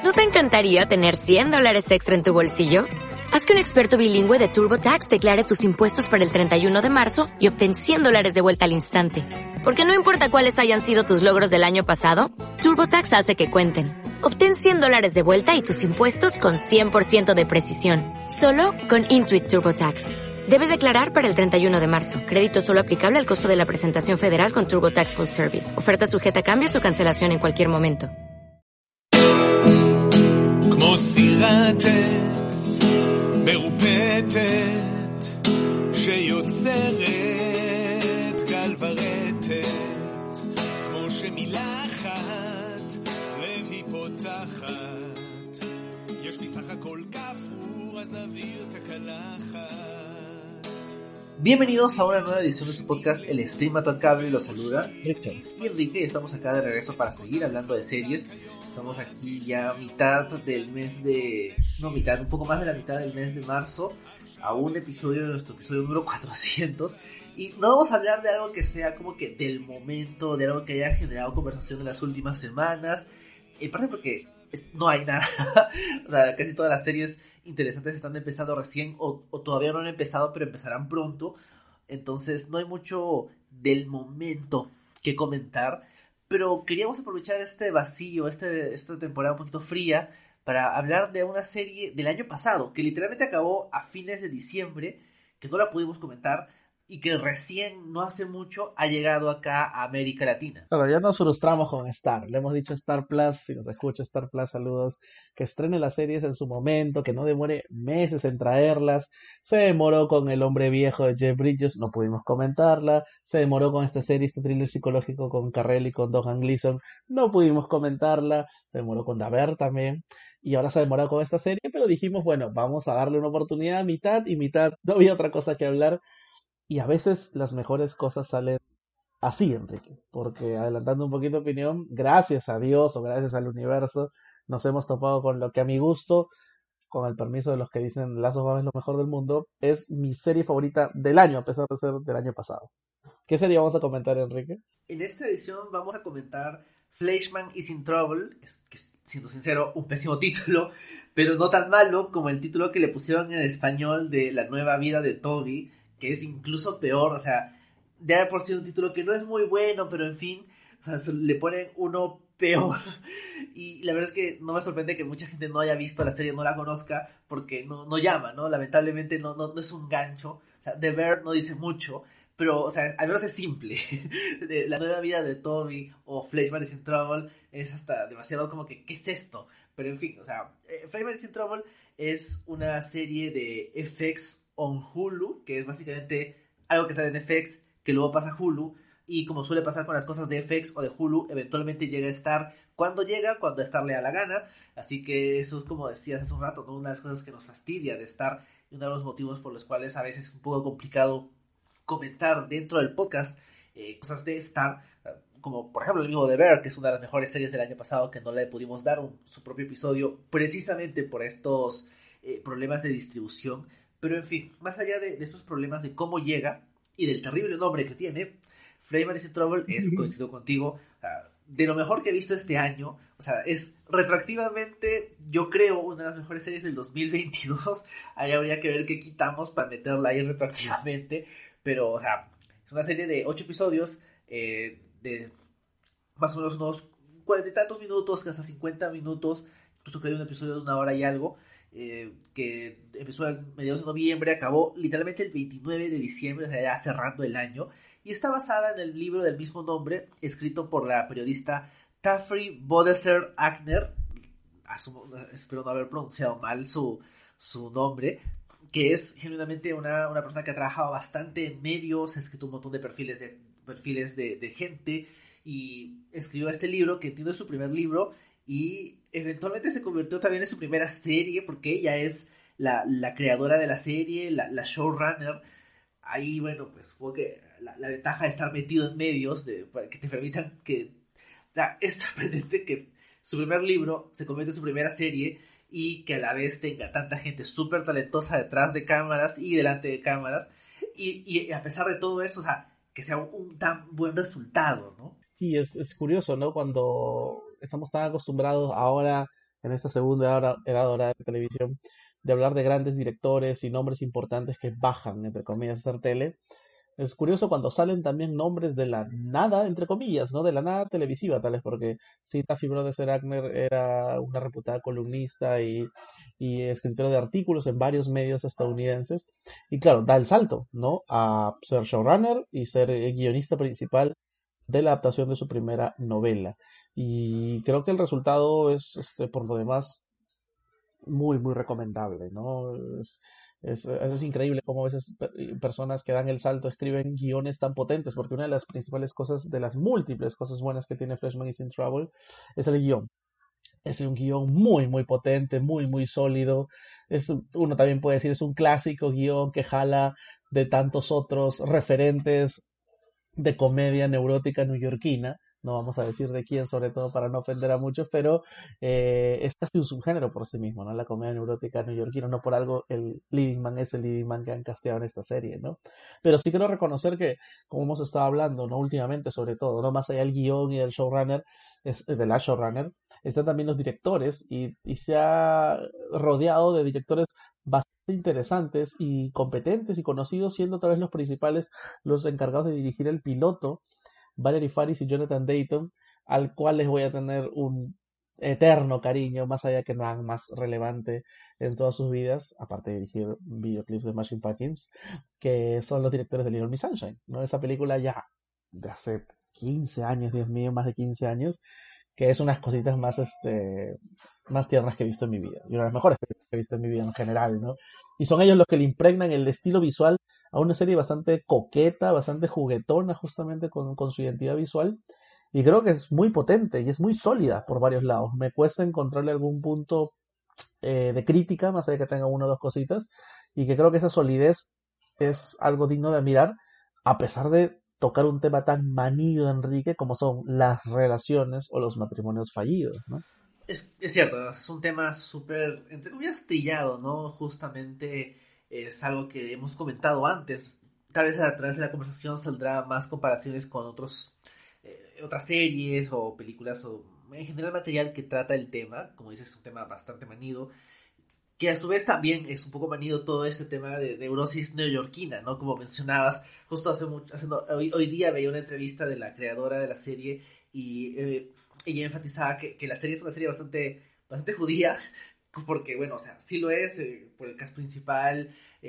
¿No te encantaría tener $100 extra en tu bolsillo? Haz que un experto bilingüe de TurboTax declare tus impuestos para el 31 de marzo y obtén $100 de vuelta al instante. Porque no importa cuáles hayan sido tus logros del año pasado, TurboTax hace que cuenten. Obtén $100 de vuelta y tus impuestos con 100% de precisión. Solo con Intuit TurboTax. Debes declarar para el 31 de marzo. Crédito solo aplicable al costo de la presentación federal con TurboTax Full Service. Oferta sujeta a cambios o cancelación en cualquier momento. כמו סירת עץ מרופטת שיוצרת גל ורטט כמו שמילה אחת לב היא פותחת יש בי סך הכל כפור אז אוויר תקלחת. Bienvenidos a una nueva edición de su podcast El Stream Mató al Cable y los saluda Richard y Enrique. Estamos acá de regreso para seguir hablando de series. Estamos aquí ya a mitad del mes de... No, mitad, un poco más de la mitad del mes de marzo, a un episodio de nuestro episodio número 400. Y no vamos a hablar de algo que sea como que del momento, de algo que haya generado conversación en las últimas semanas. En parte porque no hay nada. O sea, casi todas las series interesantes están empezando recién o todavía no han empezado, pero empezarán pronto. Entonces no hay mucho del momento que comentar. Pero queríamos aprovechar este vacío, esta temporada un poquito fría, para hablar de una serie del año pasado, que literalmente acabó a fines de diciembre, que no la pudimos comentar, y que recién, no hace mucho, ha llegado acá a América Latina. Claro, ya nos frustramos con Star. Le hemos dicho a Star Plus, si nos escucha Star Plus, saludos, que estrene las series en su momento, que no demore meses en traerlas. Se demoró con El Hombre Viejo de Jeff Bridges, no pudimos comentarla. Se demoró con esta serie, este thriller psicológico con Carrell y con Domhnall Gleeson, no pudimos comentarla. Se demoró con Daver también. Y ahora se ha demorado con esta serie, pero dijimos, bueno, vamos a darle una oportunidad, mitad y mitad. No había otra cosa que hablar. Y a veces las mejores cosas salen así, Enrique, porque adelantando un poquito de opinión, gracias a Dios o gracias al universo, nos hemos topado con lo que a mi gusto, con el permiso de los que dicen Last of Us es lo mejor del mundo, es mi serie favorita del año, a pesar de ser del año pasado. ¿Qué serie vamos a comentar, Enrique? En esta edición vamos a comentar Fleischman is in Trouble, que siendo sincero, un pésimo título, pero no tan malo como el título que le pusieron en español de La Nueva Vida de Toby, que es incluso peor. O sea, de haber por sí un título que no es muy bueno, pero en fin, o sea, le ponen uno peor. Y la verdad es que no me sorprende que mucha gente no haya visto la serie, no la conozca, porque no llama, ¿no? Lamentablemente no es un gancho. O sea, The Bear no dice mucho, pero, o sea, al menos es simple. La Nueva Vida de Toby o Fleischman is in Trouble es hasta demasiado como que, ¿qué es esto? Pero en fin, o sea, Fleischman is in Trouble es una serie de FX on Hulu, que es básicamente algo que sale en FX, que luego pasa a Hulu, y como suele pasar con las cosas de FX o de Hulu, eventualmente llega a Star cuando a Star le da la gana. Así que eso es, como decías hace un rato, ¿no? Una de las cosas que nos fastidia de Star y uno de los motivos por los cuales a veces es un poco complicado comentar dentro del podcast cosas de Star, como por ejemplo el mismo The Bear, que es una de las mejores series del año pasado, que no le pudimos dar su propio episodio precisamente por estos problemas de distribución. Pero en fin, más allá de esos problemas de cómo llega y del terrible nombre que tiene, Fleischman is in Trouble es, coincido contigo, de lo mejor que he visto este año. O sea, es retroactivamente, yo creo, una de las mejores series del 2022. Ahí habría que ver qué quitamos para meterla ahí retroactivamente. Pero, o sea, es una serie de 8 episodios, de más o menos unos 40 y tantos minutos, hasta 50 minutos. Incluso creo un episodio de 1 hora y algo. Que empezó a mediados de noviembre, acabó literalmente el 29 de diciembre, o sea, ya cerrando el año, y está basada en el libro del mismo nombre, escrito por la periodista Taffry Bodeser-Agner, espero no haber pronunciado mal su nombre, que es genuinamente una persona que ha trabajado bastante en medios, ha escrito un montón de perfiles de gente, y escribió este libro, que entiendo es su primer libro, y eventualmente se convirtió también en su primera serie, porque ella es la creadora de la serie, la showrunner. Ahí, bueno, pues supongo que la ventaja de estar metido en medios, para que te permitan que... O sea, es sorprendente que su primer libro se convierte en su primera serie y que a la vez tenga tanta gente súper talentosa detrás de cámaras y delante de cámaras. Y a pesar de todo eso, o sea, que sea un tan buen resultado, ¿no? Sí, es curioso, ¿no? Cuando estamos tan acostumbrados ahora en esta segunda edad dorada de televisión, de hablar de grandes directores y nombres importantes que bajan, entre comillas, a hacer tele. Es curioso cuando salen también nombres de la nada, entre comillas, ¿no? De la nada televisiva, tal vez, porque sí, Taffy Brothers Agner era una reputada columnista y escritora de artículos en varios medios estadounidenses. Y claro, da el salto, ¿no? A ser showrunner y ser guionista principal de la adaptación de su primera novela. Y creo que el resultado es, por lo demás, muy, muy recomendable, ¿no? Es increíble cómo a veces personas que dan el salto escriben guiones tan potentes, porque una de las principales cosas, de las múltiples cosas buenas que tiene Freshman is in Trouble, es el guión. Es un guión muy, muy potente, muy, muy sólido. Uno también puede decir, es un clásico guión que jala de tantos otros referentes de comedia neurótica neoyorquina. No vamos a decir de quién, sobre todo para no ofender a muchos, pero es casi un subgénero por sí mismo, ¿no? La comedia neurótica neoyorquina, no por algo el leading man es el leading man que han casteado en esta serie, ¿no? Pero sí quiero reconocer que, como hemos estado hablando, ¿no? Últimamente, sobre todo, ¿no? Más allá del guión y del showrunner, de la showrunner, están también los directores y se ha rodeado de directores bastante interesantes y competentes y conocidos, siendo tal vez los principales los encargados de dirigir el piloto, Valerie Faris y Jonathan Dayton, al cual les voy a tener un eterno cariño, más allá que nada más relevante en todas sus vidas, aparte de dirigir videoclips de Machine Packins, que son los directores de Little Miss Sunshine, ¿no? Esa película ya de hace 15 años, Dios mío, más de 15 años, que es unas cositas más, más tiernas que he visto en mi vida, y una de las mejores que he visto en mi vida en general, ¿no? Y son ellos los que le impregnan el estilo visual a una serie bastante coqueta, bastante juguetona, justamente con su identidad visual, y creo que es muy potente y es muy sólida por varios lados. Me cuesta encontrarle algún punto de crítica, más allá de que tenga una o dos cositas, y que creo que esa solidez es algo digno de admirar, a pesar de tocar un tema tan manido, Enrique, como son las relaciones o los matrimonios fallidos, ¿no? Es cierto, es un tema súper, entre comillas, trillado, ¿no? Justamente es algo que hemos comentado antes. Tal vez a través de la conversación saldrá más comparaciones con otras series o películas o en general material que trata el tema. Como dices, es un tema bastante manido. Que a su vez también es un poco manido todo este tema de neurosis neoyorquina, ¿no? Como mencionabas, justo hoy día veía una entrevista de la creadora de la serie y ella enfatizaba que la serie es una serie bastante judía, porque, bueno, o sea, sí lo es, por el cast principal,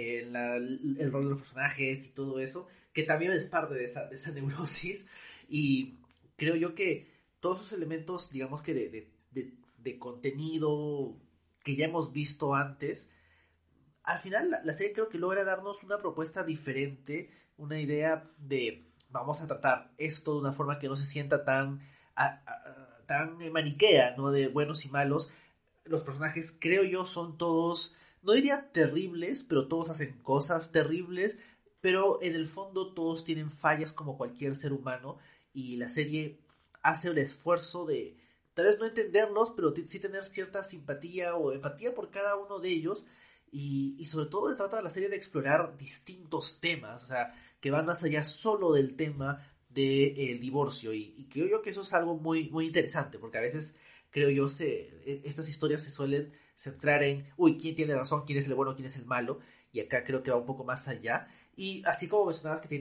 el rol de los personajes y todo eso, que también es parte de esa neurosis, y creo yo que todos esos elementos, digamos que de contenido que ya hemos visto antes, al final la serie creo que logra darnos una propuesta diferente, una idea de vamos a tratar esto de una forma que no se sienta tan maniquea, ¿no? De buenos y malos. Los personajes, creo yo, son todos, no diría terribles, pero todos hacen cosas terribles, pero en el fondo todos tienen fallas como cualquier ser humano, y la serie hace el esfuerzo de tal vez no entenderlos, pero sí tener cierta simpatía o empatía por cada uno de ellos, y sobre todo trata la serie de explorar distintos temas, o sea, que van más allá solo del tema del divorcio, y creo yo que eso es algo muy, muy interesante, porque a veces creo yo estas historias se suelen centrar en, uy, quién tiene razón, quién es el bueno, quién es el malo, y acá creo que va un poco más allá, y así como mencionabas que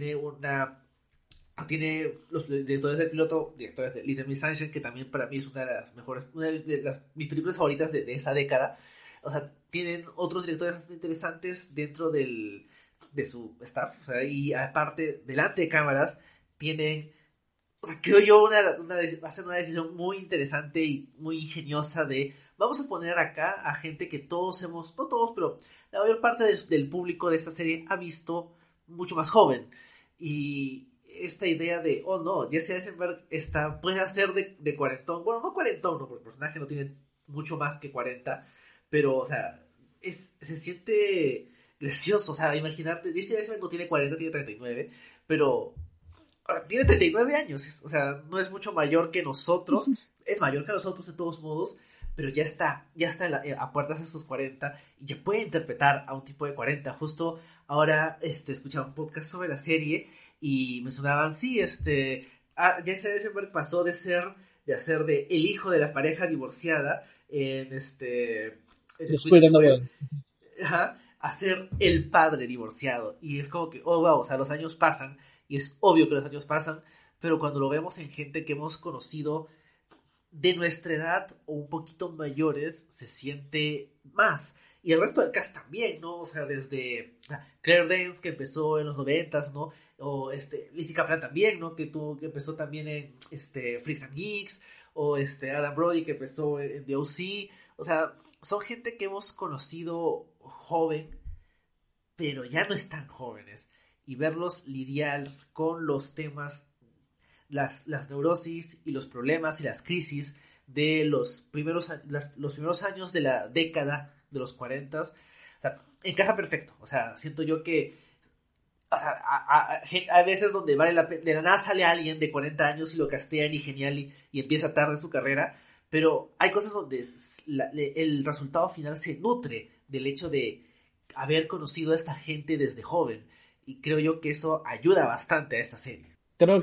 tiene los directores del piloto, directores de Little Miss Sunshine, que también para mí es una de las mejores, mis películas favoritas de esa década. O sea, tienen otros directores bastante interesantes dentro de su staff, o sea, y aparte, delante de cámaras, tienen, o sea, creo yo, hacen una decisión muy interesante y muy ingeniosa de, vamos a poner acá a gente que todos no todos, pero la mayor parte del público de esta serie ha visto mucho más joven, y esta idea de, oh no, Jesse Eisenberg puede ser de cuarentón, bueno, no cuarentón, no, porque el personaje no tiene mucho más que 40, pero, o sea, se siente gracioso, o sea, imaginarte, Jesse Eisenberg no tiene 40, tiene 39, pero tiene 39 años, o sea, no es mucho mayor que nosotros, es mayor que nosotros de todos modos, pero ya está a puertas de sus 40 y ya puede interpretar a un tipo de 40. Justo ahora escuchaba un podcast sobre la serie y mencionaban, sí, Jesse Eisenberg pasó de ser de hacer de el hijo de la pareja divorciada en Descuida no Web, ven. a ser el padre divorciado. Y es como que, oh, wow, o sea, los años pasan, y es obvio que los años pasan, pero cuando lo vemos en gente que hemos conocido de nuestra edad o un poquito mayores, se siente más. Y el resto del cast también, ¿no? O sea, desde Claire Danes, que empezó en los 90s, ¿no? O Lizzie Kaplan también, ¿no? Que empezó también en Freaks and Geeks, o Adam Brody, que empezó en The O.C. O sea, son gente que hemos conocido joven, pero ya no están jóvenes. Y verlos lidiar con los temas, las neurosis y los problemas y las crisis de los primeros años de la década de los 40, o sea, encaja perfecto. O sea, siento yo que, o sea, hay veces donde vale la pena, de la nada sale alguien de 40 años y lo castean y genial y empieza tarde su carrera, pero hay cosas donde el resultado final se nutre del hecho de haber conocido a esta gente desde joven, y creo yo que eso ayuda bastante a esta serie. Creo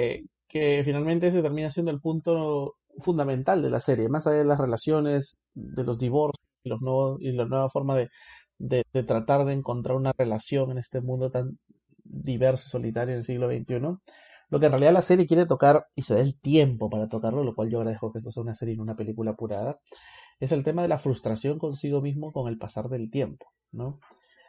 que finalmente ese termina siendo el punto fundamental de la serie, más allá de las relaciones, de los divorcios y, y la nueva forma de tratar de encontrar una relación en este mundo tan diverso y solitario en el siglo XXI. Lo que en realidad la serie quiere tocar, y se da el tiempo para tocarlo, lo cual yo agradezco que eso sea una serie y no una película apurada, es el tema de la frustración consigo mismo con el pasar del tiempo, ¿no?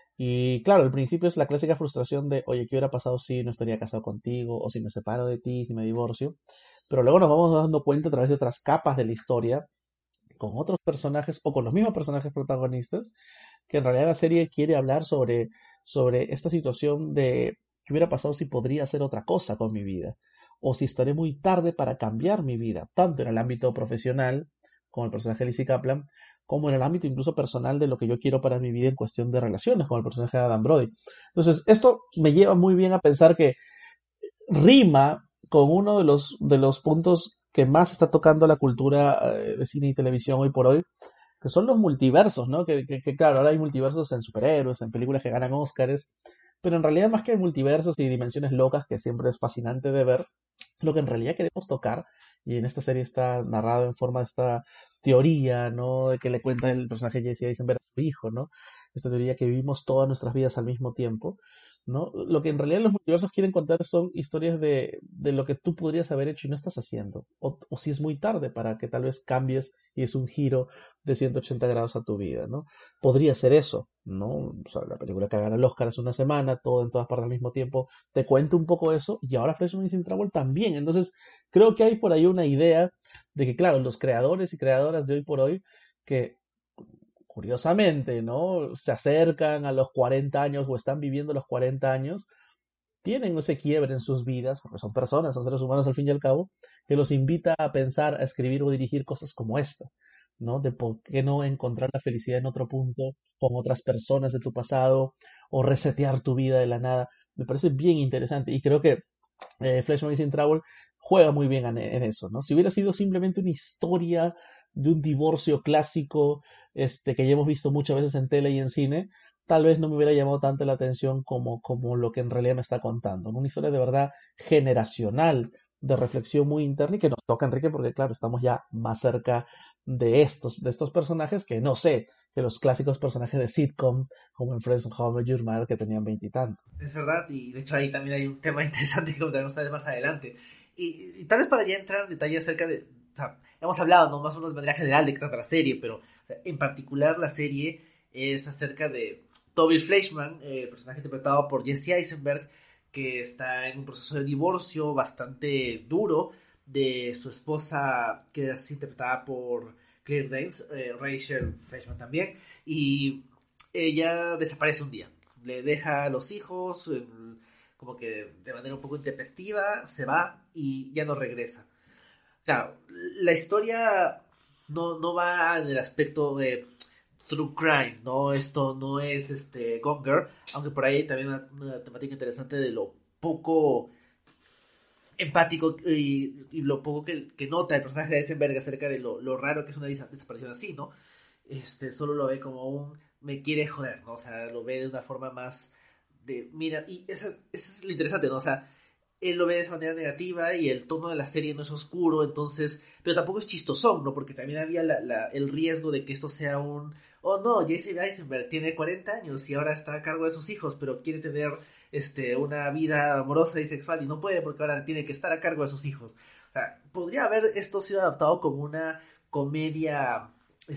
Y claro, al principio es la clásica frustración de, oye, ¿qué hubiera pasado si no estaría casado contigo? O si me separo de ti, si me divorcio. Pero luego nos vamos dando cuenta a través de otras capas de la historia, con otros personajes o con los mismos personajes protagonistas, que en realidad la serie quiere hablar sobre esta situación de qué hubiera pasado si podría hacer otra cosa con mi vida. O si estaré muy tarde para cambiar mi vida, tanto en el ámbito profesional, como el personaje de Lizzie Kaplan, como en el ámbito incluso personal de lo que yo quiero para mi vida en cuestión de relaciones, como el personaje de Adam Brody. Entonces, esto me lleva muy bien a pensar que rima con uno de los puntos que más está tocando la cultura de cine y televisión hoy por hoy, que son los multiversos, ¿no? Claro, ahora hay multiversos en superhéroes, en películas que ganan Óscares, pero en realidad más que multiversos y dimensiones locas, que siempre es fascinante de ver, lo que en realidad queremos tocar, y en esta serie está narrado en forma de esta teoría, ¿no? De que le cuenta el personaje Jesse Eisenberg a su hijo, ¿no? Esta teoría que vivimos todas nuestras vidas al mismo tiempo, ¿no? Lo que en realidad los multiversos quieren contar son historias de lo que tú podrías haber hecho y no estás haciendo, o si es muy tarde para que tal vez cambies y es un giro de 180 grados a tu vida, ¿no? Podría ser eso, ¿no? O sea, la película que gana el Oscar hace una semana, todo en todas partes al mismo tiempo, te cuento un poco eso, y ahora Fresh Prince in Trouble también. Entonces, creo que hay por ahí una idea de que, claro, los creadores y creadoras de hoy por hoy, que curiosamente, ¿no? Se acercan a los 40 años o están viviendo los 40 años, tienen ese quiebre en sus vidas, porque son personas, son seres humanos al fin y al cabo, que los invita a pensar, a escribir o dirigir cosas como esta, ¿no? De por qué no encontrar la felicidad en otro punto, con otras personas de tu pasado, o resetear tu vida de la nada. Me parece bien interesante y creo que Flash Magazine Travel juega muy bien en eso, ¿no? Si hubiera sido simplemente una historia de un divorcio clásico, que ya hemos visto muchas veces en tele y en cine, tal vez no me hubiera llamado tanto la atención como lo que en realidad me está contando, ¿no? Una historia de verdad generacional, de reflexión muy interna y que nos toca, Enrique, porque claro, estamos ya más cerca de estos personajes que no sé, que los clásicos personajes de sitcom, como en Friends of How I Met Your Mother, que tenían veintitantos. Es verdad, y de hecho ahí también hay un tema interesante que comentaremos tal vez más adelante. Y tal vez para ya entrar en detalle acerca de, o sea, hemos hablado, ¿no? Más o menos de manera general de qué trata la serie, pero o sea, en particular la serie es acerca de Toby Fleischman, el personaje interpretado por Jesse Eisenberg, que está en un proceso de divorcio bastante duro de su esposa, que es interpretada por Claire Danes, Rachel Fleischman también, y ella desaparece un día, le deja a los hijos, como que de manera un poco intempestiva, se va y ya no regresa. Claro, la historia no va en el aspecto de true crime, ¿no? Esto no es Gone Girl, aunque por ahí hay también una temática interesante de lo poco empático y lo poco que nota el personaje de Eisenberg acerca de lo raro que es una desaparición así, ¿no? Solo lo ve como un me quiere joder, ¿no? O sea, lo ve de una forma más de, mira, y eso es lo interesante, ¿no? O sea, él lo ve de esa manera negativa y el tono de la serie no es oscuro, entonces, pero tampoco es chistosón, ¿no? Porque también había el riesgo de que esto sea oh no, Jesse Eisenberg tiene 40 años y ahora está a cargo de sus hijos, pero quiere tener una vida amorosa y sexual y no puede porque ahora tiene que estar a cargo de sus hijos. O sea, podría haber esto sido adaptado como una comedia,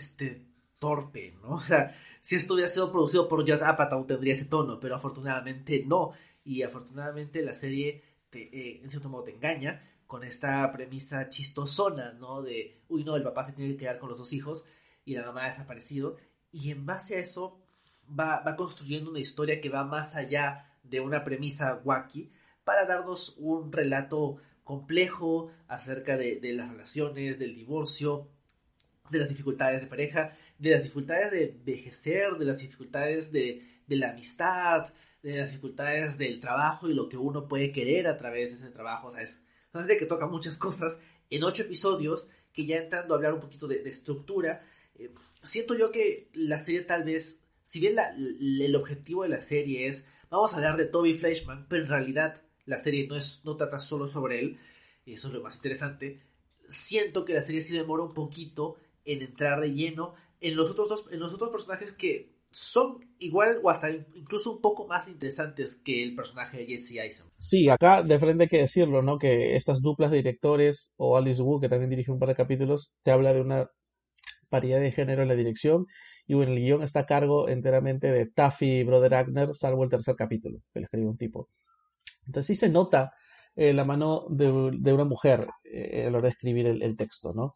torpe, ¿no? O sea, si esto hubiera sido producido por Judd Apatow tendría ese tono, pero afortunadamente no. Y afortunadamente la serie en cierto modo te engaña con esta premisa chistosona, ¿no? De, uy, no, el papá se tiene que quedar con los dos hijos y la mamá ha desaparecido. Y en base a eso va construyendo una historia que va más allá de una premisa wacky para darnos un relato complejo acerca de las relaciones, del divorcio, de las dificultades de pareja, de las dificultades de envejecer, de las dificultades de la amistad, de las dificultades del trabajo y lo que uno puede querer a través de ese trabajo. O sea, es una serie que toca muchas cosas en 8 episodios, que ya entrando a hablar un poquito de estructura, siento yo que la serie tal vez, si bien el objetivo de la serie es, vamos a hablar de Toby Fleischman, pero en realidad la serie no trata solo sobre él, y eso es lo más interesante. Siento que la serie sí demora un poquito en entrar de lleno en los otros personajes que son igual o hasta incluso un poco más interesantes que el personaje de Jesse Eisenberg. Sí, acá de frente hay que decirlo, ¿no? Que estas duplas de directores, o Alice Wu, que también dirige un par de capítulos, te habla de una paridad de género en la dirección, y bueno, el guión está a cargo enteramente de Taffy Brother Agner, salvo el tercer capítulo, que lo escribe un tipo. Entonces sí se nota la mano de una mujer a la hora de escribir el texto, ¿no?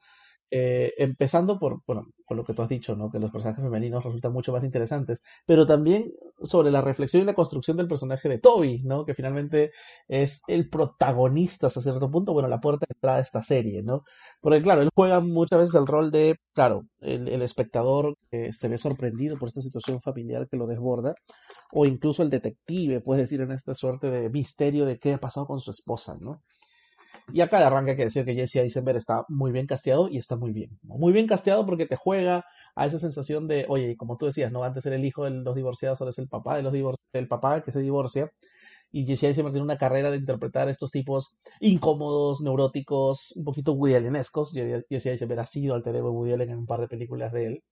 Empezando por lo que tú has dicho, ¿no? Que los personajes femeninos resultan mucho más interesantes, pero también sobre la reflexión y la construcción del personaje de Toby, ¿no? Que finalmente es el protagonista hasta cierto punto, bueno, la puerta de entrada de esta serie, ¿no? Porque claro, él juega muchas veces el rol de, claro, el espectador que se ve sorprendido por esta situación familiar que lo desborda, o incluso el detective, puedes decir, en esta suerte de misterio de qué ha pasado con su esposa, ¿no? Y acá de arranque hay que decir que Jesse Eisenberg está muy bien casteado y está muy bien. ¿No? Muy bien casteado porque te juega a esa sensación de, oye, como tú decías, ¿no? Antes era el hijo de los divorciados, ahora es el papá del papá que se divorcia. Y Jesse Eisenberg tiene una carrera de interpretar estos tipos incómodos, neuróticos, un poquito Woody Allenescos. Jesse Eisenberg ha sido alter ego de Woody Allen en un par de películas de él.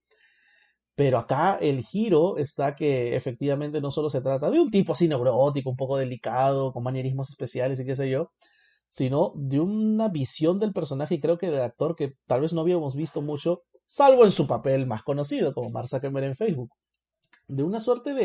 Pero acá el giro está que efectivamente no solo se trata de un tipo así neurótico, un poco delicado, con manierismos especiales y qué sé yo, sino de una visión del personaje y creo que del actor que tal vez no habíamos visto mucho, salvo en su papel más conocido, como Mark Zuckerberg en Facebook, de una suerte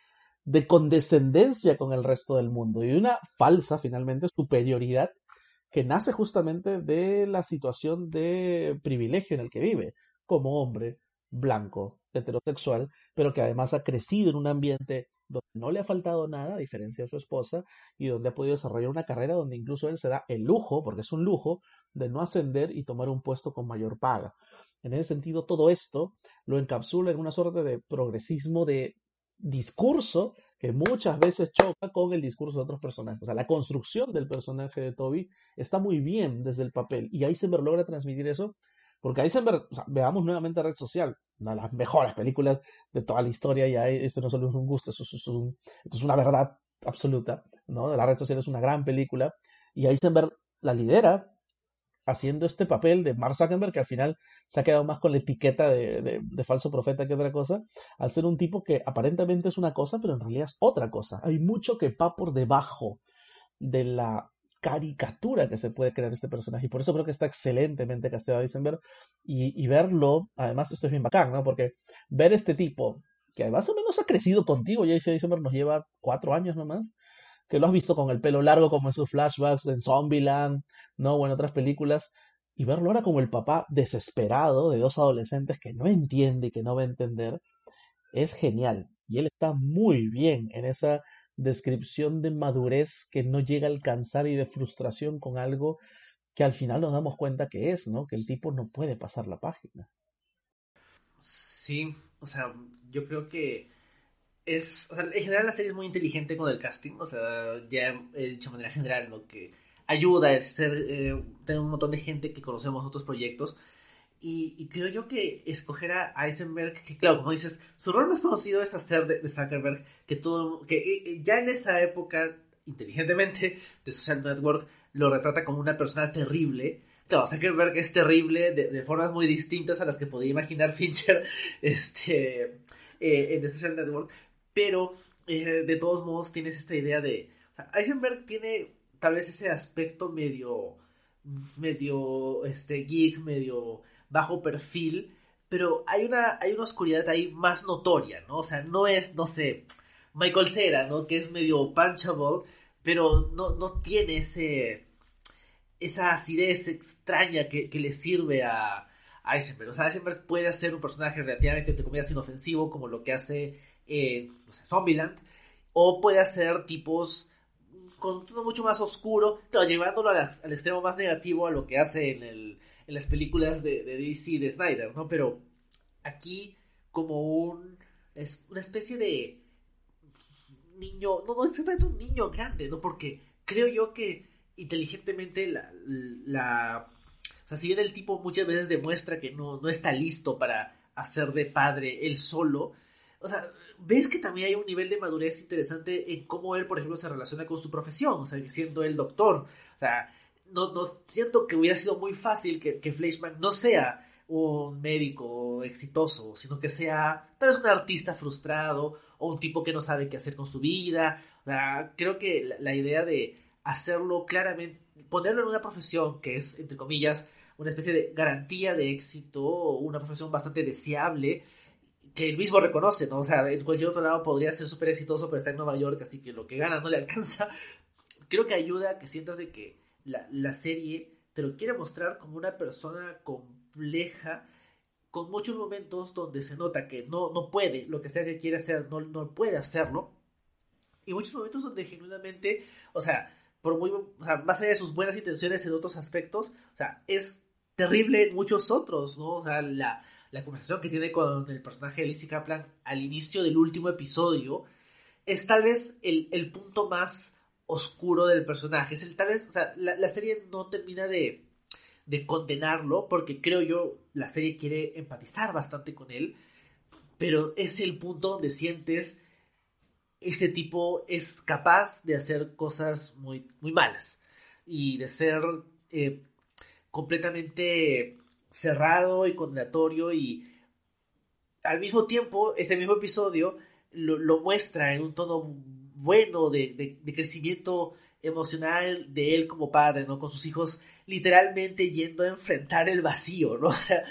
de condescendencia con el resto del mundo y de una falsa, finalmente, superioridad que nace justamente de la situación de privilegio en el que vive, como hombre blanco, heterosexual, pero que además ha crecido en un ambiente donde no le ha faltado nada, a diferencia de su esposa, y donde ha podido desarrollar una carrera donde incluso él se da el lujo, porque es un lujo, de no ascender y tomar un puesto con mayor paga. En ese sentido, todo esto lo encapsula en una suerte de progresismo de discurso que muchas veces choca con el discurso de otros personajes. O sea, la construcción del personaje de Toby está muy bien desde el papel y Eisenberg logra transmitir eso porque Eisenberg, o sea, veamos nuevamente Red Social, una de las mejores películas de toda la historia, y esto no solo es un gusto, esto es una verdad absoluta, ¿no? La Red Social es una gran película y Eisenberg la lidera haciendo este papel de Mark Zuckerberg, que al final se ha quedado más con la etiqueta de falso profeta que otra cosa, al ser un tipo que aparentemente es una cosa, pero en realidad es otra cosa. Hay mucho que va por debajo de la caricatura que se puede crear este personaje, y por eso creo que está excelentemente casteado Eisenberg, y verlo, además esto es bien bacán, ¿no? Porque ver este tipo, que más o menos ha crecido contigo, ya Eisenberg nos lleva 4 años nomás, que lo has visto con el pelo largo como en sus flashbacks en Zombieland, ¿no? O en otras películas, y verlo ahora como el papá desesperado de 2 adolescentes que no entiende y que no va a entender, es genial. Y él está muy bien en esa descripción de madurez que no llega a alcanzar y de frustración con algo que al final nos damos cuenta que es, ¿no? Que el tipo no puede pasar la página. Sí, o sea, yo creo que o sea, en general la serie es muy inteligente con el casting, o sea, ya he dicho de manera general, lo que ayuda a tener un montón de gente que conocemos otros proyectos, y creo yo que escoger a Eisenberg, que claro, como dices, su rol más conocido es hacer de Zuckerberg, que ya en esa época inteligentemente de Social Network lo retrata como una persona terrible. Claro, Zuckerberg es terrible de formas muy distintas a las que podía imaginar Fincher en The Social Network, pero de todos modos tienes esta idea de... O sea, Eisenberg tiene tal vez ese aspecto medio geek, medio bajo perfil, pero hay una oscuridad ahí más notoria, ¿no? O sea, no es, no sé, Michael Cera, ¿no? Que es medio punchable, pero no tiene esa acidez extraña que le sirve a Eisenberg. O sea, Eisenberg puede hacer un personaje relativamente, entre comillas, inofensivo, como lo que hace no sé, Zombieland, o puede hacer tipos con un tono mucho más oscuro, pero llevándolo al extremo más negativo a lo que hace en las películas de DC de Snyder, ¿no? Pero aquí como es una especie de niño, no exactamente un niño grande, ¿no? Porque creo yo que inteligentemente o sea, si bien el tipo muchas veces demuestra que no está listo para hacer de padre él solo, o sea, ves que también hay un nivel de madurez interesante en cómo él, por ejemplo, se relaciona con su profesión, o sea, siendo el doctor. O sea, no siento que hubiera sido muy fácil que Fleischman no sea un médico exitoso, sino que sea tal vez un artista frustrado o un tipo que no sabe qué hacer con su vida. O sea, creo que la idea de hacerlo claramente, ponerlo en una profesión que es, entre comillas, una especie de garantía de éxito, una profesión bastante deseable, que él mismo reconoce, ¿no? O sea, en cualquier otro lado podría ser súper exitoso, pero está en Nueva York, así que lo que gana no le alcanza. Creo que ayuda a que sientas de que la serie te lo quiere mostrar como una persona compleja, con muchos momentos donde se nota que no puede, lo que sea que quiere hacer, no puede hacerlo, y muchos momentos donde genuinamente, o sea, o sea, más allá de sus buenas intenciones en otros aspectos, o sea, es terrible en muchos otros, ¿no? O sea, la conversación que tiene con el personaje de Lizzie Kaplan al inicio del último episodio es tal vez el punto más oscuro del personaje. Tal vez, o sea, la serie no termina de condenarlo, porque creo yo, la serie quiere empatizar bastante con él, pero es el punto donde sientes este tipo es capaz de hacer cosas muy, muy malas y de ser eh, completamente cerrado y condenatorio, y al mismo tiempo ese mismo episodio lo muestra en un tono bueno de crecimiento emocional de él como padre, ¿no? Con sus hijos literalmente yendo a enfrentar el vacío, ¿no? O sea,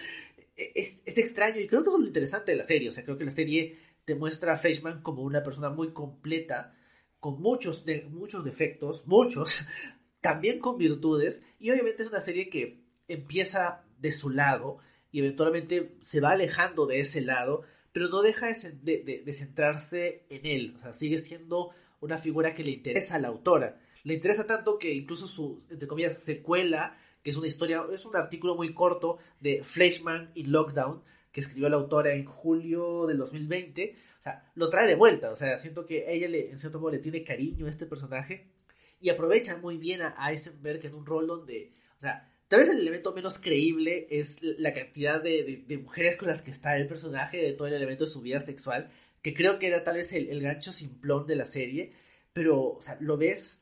es extraño, y creo que eso es lo interesante de la serie. O sea, creo que la serie te muestra a Fleischman como una persona muy completa, con muchos defectos, muchos, también con virtudes, y obviamente es una serie que empieza de su lado y eventualmente se va alejando de ese lado, pero no deja de centrarse en él. O sea, sigue siendo una figura que le interesa a la autora. Le interesa tanto que incluso su, entre comillas, secuela, que es una historia, es un artículo muy corto de Fleischman in Lockdown, que escribió la autora en julio del 2020, o sea, lo trae de vuelta. O sea, siento que ella en cierto modo le tiene cariño a este personaje, y aprovecha muy bien a Eisenberg en un rol donde, o sea, tal vez el elemento menos creíble es la cantidad de mujeres con las que está el personaje, de todo el elemento de su vida sexual, que creo que era tal vez el gancho simplón de la serie, pero, o sea, lo ves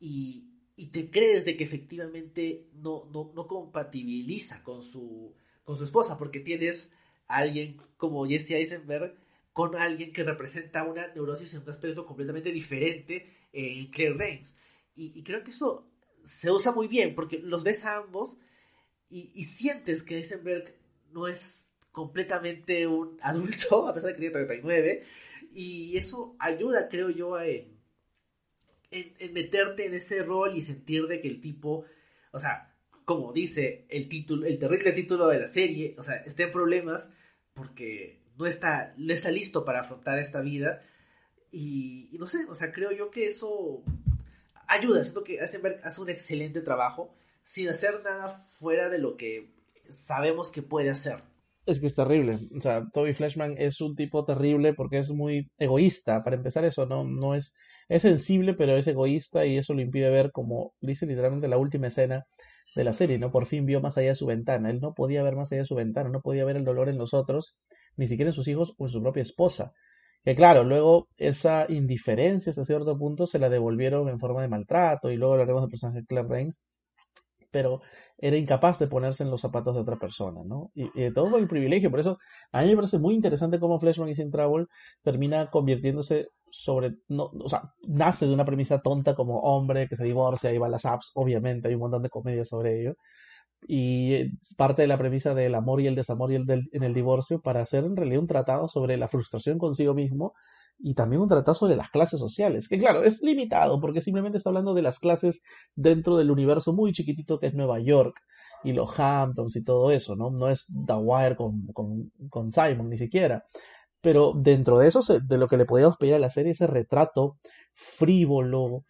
y te crees de que efectivamente no compatibiliza con su esposa, porque tienes a alguien como Jesse Eisenberg con alguien que representa una neurosis en un aspecto completamente diferente en Claire Danes. Y creo que eso se usa muy bien, porque los ves a ambos y sientes que Eisenberg no es completamente un adulto, a pesar de que tiene 39, y eso ayuda, creo yo, en meterte en ese rol y sentir de que el tipo, o sea, como dice el título, el terrible título de la serie, o sea, está en problemas porque no está listo para afrontar esta vida, y no sé, o sea, creo yo que eso ayuda. Siento que Eisenberg hace un excelente trabajo sin hacer nada fuera de lo que sabemos que puede hacer. Es que es terrible. O sea, Toby Flashman es un tipo terrible porque es muy egoísta. Para empezar, eso no es sensible, pero es egoísta, y eso lo impide ver, como dice literalmente la última escena de la serie, ¿no? Por fin vio más allá de su ventana. Él no podía ver más allá de su ventana, no podía ver el dolor en los otros, ni siquiera en sus hijos o en su propia esposa. Que claro, luego esa indiferencia hasta cierto punto se la devolvieron en forma de maltrato y luego hablaremos del personaje de Claire Danes, pero era incapaz de ponerse en los zapatos de otra persona, ¿no? Y todo con el privilegio, por eso a mí me parece muy interesante cómo Fleshman y Sin Trouble termina convirtiéndose sobre, no, o sea, nace de una premisa tonta como hombre que se divorcia y va a las apps, obviamente hay un montón de comedias sobre ello, y parte de la premisa del amor y el desamor en el divorcio para hacer en realidad un tratado sobre la frustración consigo mismo y también un tratado sobre las clases sociales, que claro, es limitado porque simplemente está hablando de las clases dentro del universo muy chiquitito que es Nueva York y los Hamptons y todo eso, ¿no? No es The Wire con Simon ni siquiera. Pero dentro de eso, de lo que le podíamos pedir a la serie, ese retrato frívolo,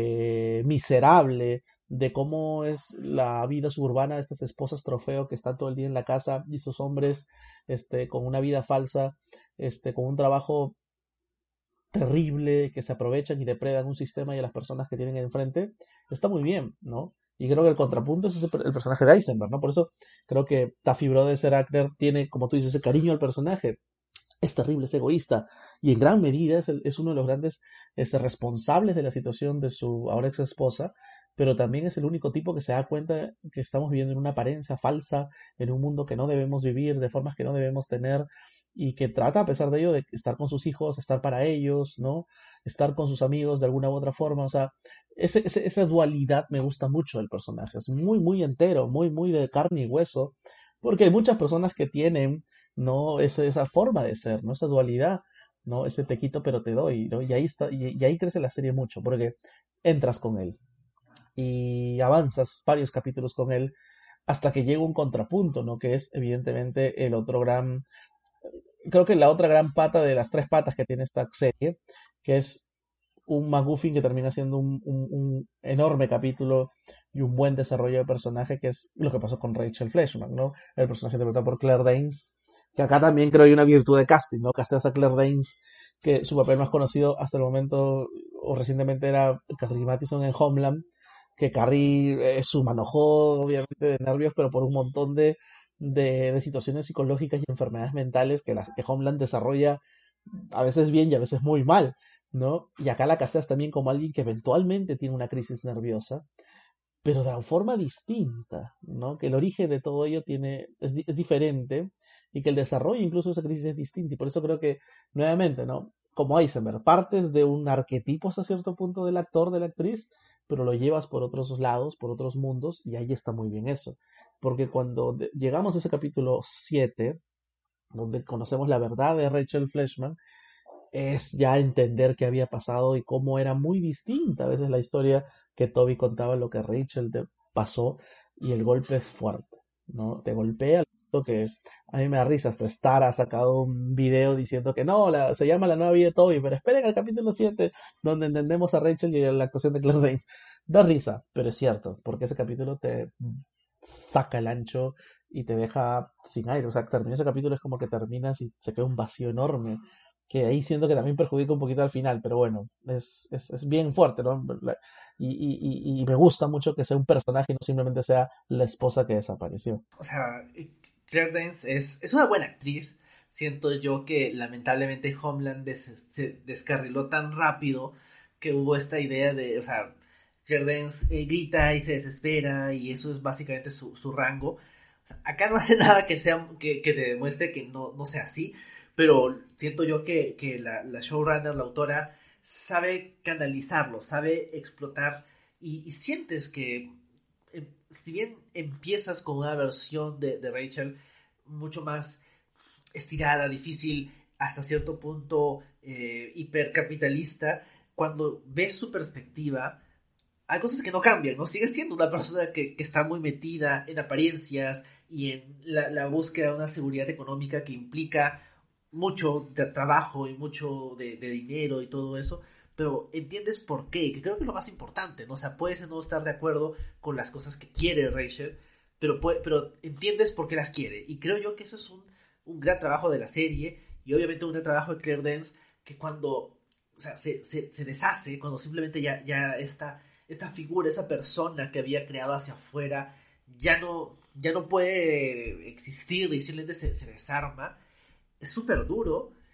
miserable, de cómo es la vida suburbana de estas esposas trofeo que están todo el día en la casa y estos hombres con una vida falsa, con un trabajo terrible, que se aprovechan y depredan un sistema y a las personas que tienen enfrente, está muy bien, ¿no? Y creo que el contrapunto es el personaje de Eisenberg, ¿no? Por eso creo que Taffy Brothers, ser actor, tiene, como tú dices, ese cariño al personaje. Es terrible, es egoísta y en gran medida es uno de los grandes responsables de la situación de su ahora ex esposa, pero también es el único tipo que se da cuenta que estamos viviendo en una apariencia falsa, en un mundo que no debemos vivir, de formas que no debemos tener y que trata a pesar de ello de estar con sus hijos, estar para ellos, ¿no? Estar con sus amigos de alguna u otra forma, o sea, esa dualidad me gusta mucho del personaje, es muy, muy entero, muy, muy de carne y hueso, porque hay muchas personas que tienen no esa forma de ser, no esa dualidad, no ese te quito pero te doy, ¿no? Y ahí está, y ahí crece la serie mucho, porque entras con él y avanzas varios capítulos con él hasta que llega un contrapunto, ¿no? Que es evidentemente el otro gran, creo que la otra gran pata de las tres patas que tiene esta serie, que es un McGuffin que termina siendo un enorme capítulo y un buen desarrollo de personaje, que es lo que pasó con Rachel Fleshman, ¿no? El personaje interpretado por Claire Danes, que acá también creo hay una virtud de casting, ¿no? Casteas a Claire Danes, que su papel más conocido hasta el momento o recientemente era Carrie Mathison en Homeland, que Carrie es su manojo, obviamente, de nervios, pero por un montón de situaciones psicológicas y enfermedades mentales que Homeland desarrolla a veces bien y a veces muy mal, ¿no? Y acá la casteas también como alguien que eventualmente tiene una crisis nerviosa, pero de una forma distinta, ¿no? Que el origen de todo ello es diferente y que el desarrollo incluso de esa crisis es distinto. Y por eso creo que, nuevamente, ¿no? Como Eisenberg, partes de un arquetipo hasta cierto punto del actor, de la actriz, pero lo llevas por otros lados, por otros mundos, y ahí está muy bien eso. Porque cuando llegamos a ese capítulo 7 donde conocemos la verdad de Rachel Fleshman, es ya entender qué había pasado y cómo era muy distinta a veces la historia que Toby contaba, lo que Rachel te pasó, y el golpe es fuerte, ¿no? Te golpea al punto que a mí me da risa, hasta Star ha sacado un video diciendo que no, se llama La nueva vida de Toby, pero esperen al capítulo 7 donde entendemos a Rachel y la actuación de Claire Danes. Da risa, pero es cierto, porque ese capítulo te saca el ancho y te deja sin aire. O sea, termina ese capítulo, es como que terminas y se queda un vacío enorme. Que ahí siento que también perjudica un poquito al final, pero bueno, es bien fuerte, ¿no? Y me gusta mucho que sea un personaje y no simplemente sea la esposa que desapareció. O sea, Claire Danes es una buena actriz. Siento yo que lamentablemente Homeland se descarriló tan rápido que hubo esta idea de, o sea, Claire Danes grita y se desespera y eso es básicamente su rango. O sea, acá no hace nada que te demuestre que no sea así, pero siento yo que la showrunner, la autora, sabe canalizarlo, sabe explotar y sientes que si bien empiezas con una versión de Rachel mucho más estirada, difícil, hasta cierto punto hipercapitalista, cuando ves su perspectiva, hay cosas que no cambian, ¿no? Sigue siendo una persona que está muy metida en apariencias y en la búsqueda de una seguridad económica que implica mucho de trabajo y mucho de dinero y todo eso, pero entiendes por qué, que creo que es lo más importante, ¿no? O sea, puedes no estar de acuerdo con las cosas que quiere Rachel, pero entiendes por qué las quiere, y creo yo que eso es un gran trabajo de la serie, y obviamente un gran trabajo de Claire Danes, que cuando, o sea, se deshace, cuando simplemente ya esta figura, esa persona que había creado hacia afuera, ya no puede existir y simplemente se desarma. Es súper duro.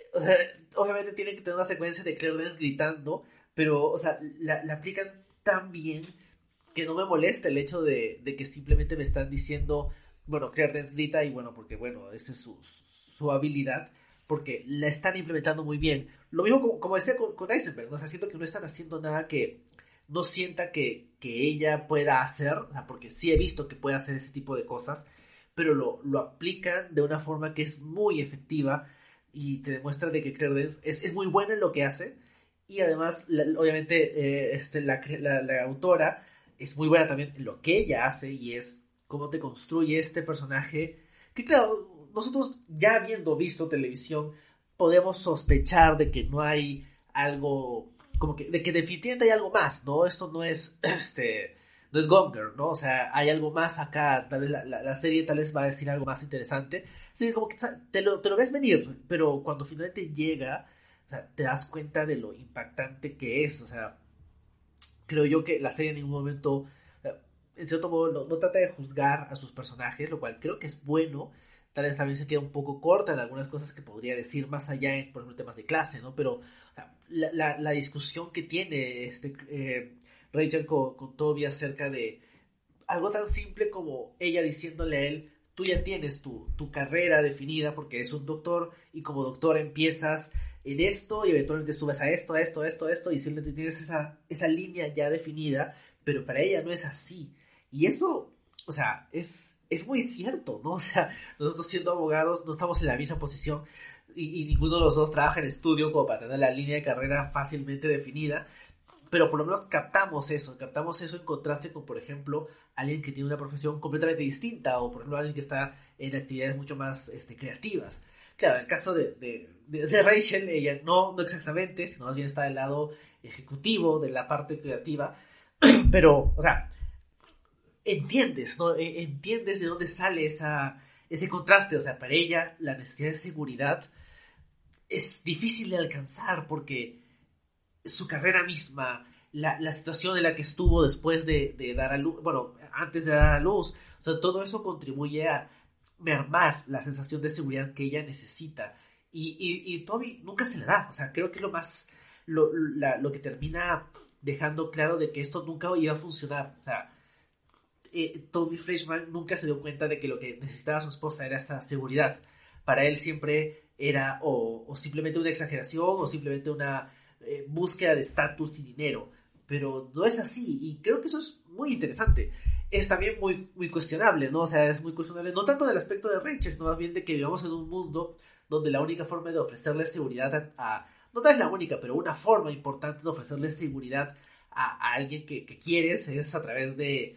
o sea, obviamente tienen que tener una secuencia de Claire Danes gritando, pero, o sea, la aplican tan bien que no me molesta el hecho de que simplemente me están diciendo, bueno, Claire Danes grita y bueno, porque bueno, esa es su habilidad, porque la están implementando muy bien. Lo mismo como decía con Eisenberg, ¿no? O sea, siento que no están haciendo nada que no sienta que ella pueda hacer, o sea, porque sí he visto que puede hacer ese tipo de cosas, pero lo aplican de una forma que es muy efectiva y te demuestra de que Claire Danes es muy buena en lo que hace y además, obviamente, la autora es muy buena también en lo que ella hace y es cómo te construye este personaje que claro, nosotros ya habiendo visto televisión podemos sospechar de que no hay algo como que de que definitivamente hay algo más, ¿no? Esto no es no es Gone Girl, ¿no? O sea, hay algo más acá, tal vez la serie tal vez va a decir algo más interesante. Así que como que te lo ves venir, pero cuando finalmente llega, o sea, te das cuenta de lo impactante que es, o sea, creo yo que la serie en ningún momento, en cierto modo, no trata de juzgar a sus personajes, lo cual creo que es bueno. Tal vez también se queda un poco corta en algunas cosas que podría decir más allá en, por ejemplo, temas de clase, ¿no? Pero o sea, la discusión que tiene Rachel con Toby acerca de algo tan simple como ella diciéndole a él, tú ya tienes tu carrera definida porque eres un doctor y como doctor empiezas en esto y eventualmente subes a esto, a esto, a esto, a esto y simplemente tienes esa línea ya definida, pero para ella no es así. Y eso, o sea, es muy cierto, ¿no? O sea, nosotros siendo abogados no estamos en la misma posición y ninguno de los dos trabaja en estudio como para tener la línea de carrera fácilmente definida, pero por lo menos captamos eso en contraste con, por ejemplo, alguien que tiene una profesión completamente distinta o, por ejemplo, alguien que está en actividades mucho más creativas. Claro, en el caso de Rachel, ella no exactamente, sino más bien está del lado ejecutivo, de la parte creativa, pero, o sea, entiendes, ¿no? Entiendes de dónde sale ese contraste, o sea, para ella la necesidad de seguridad es difícil de alcanzar porque su carrera misma, la situación en la que estuvo después de dar a luz, bueno, antes de dar a luz, o sea, todo eso contribuye a mermar la sensación de seguridad que ella necesita. Y Toby nunca se le da, o sea, creo que lo que termina dejando claro de que esto nunca iba a funcionar, o sea, Toby Fleischman nunca se dio cuenta de que lo que necesitaba su esposa era esta seguridad. Para él siempre era o simplemente una exageración o simplemente una búsqueda de estatus y dinero, pero no es así y creo que eso es muy interesante. Es también muy, muy cuestionable, ¿no? O sea, es muy cuestionable, no tanto del aspecto de Rachel, sino más bien de que vivamos en un mundo donde la única forma de ofrecerle seguridad no tal vez la única, pero una forma importante de ofrecerle seguridad a alguien que quieres es a través de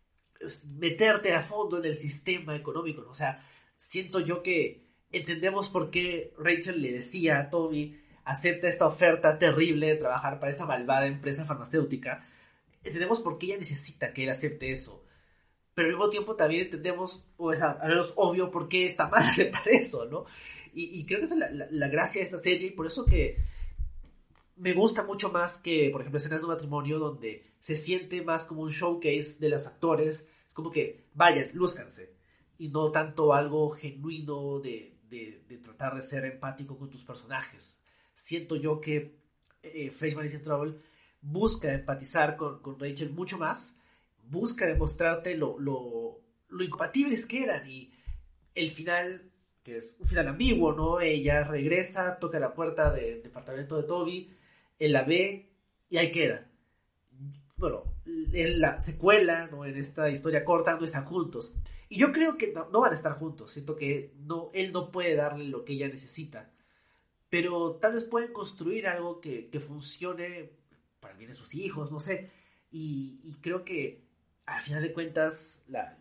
meterte a fondo en el sistema económico, ¿no? O sea, siento yo que entendemos por qué Rachel le decía a Toby acepta esta oferta terrible de trabajar para esta malvada empresa farmacéutica. Entendemos por qué ella necesita que él acepte eso. Pero al mismo tiempo también entendemos, o es al menos obvio, por qué está mal aceptar eso, ¿no? Y creo que esa es la gracia de esta serie y por eso que me gusta mucho más que, por ejemplo, escenas de un matrimonio donde se siente más como un showcase de los actores. Es como que, vayan, lúzcanse. Y no tanto algo genuino de tratar de ser empático con tus personajes. Siento yo que Fleischman is in Trouble busca empatizar con Rachel mucho más. Busca demostrarte lo incompatibles que eran. Y el final, que es un final ambiguo, ¿no? Ella regresa, toca la puerta del departamento de Toby, él la ve y ahí queda. Bueno, en la secuela, ¿no? En esta historia corta no están juntos. Y yo creo que no van a estar juntos. Siento que él no puede darle lo que ella necesita. Pero tal vez pueden construir algo que funcione para el bien de sus hijos, no sé. Y creo que al final de cuentas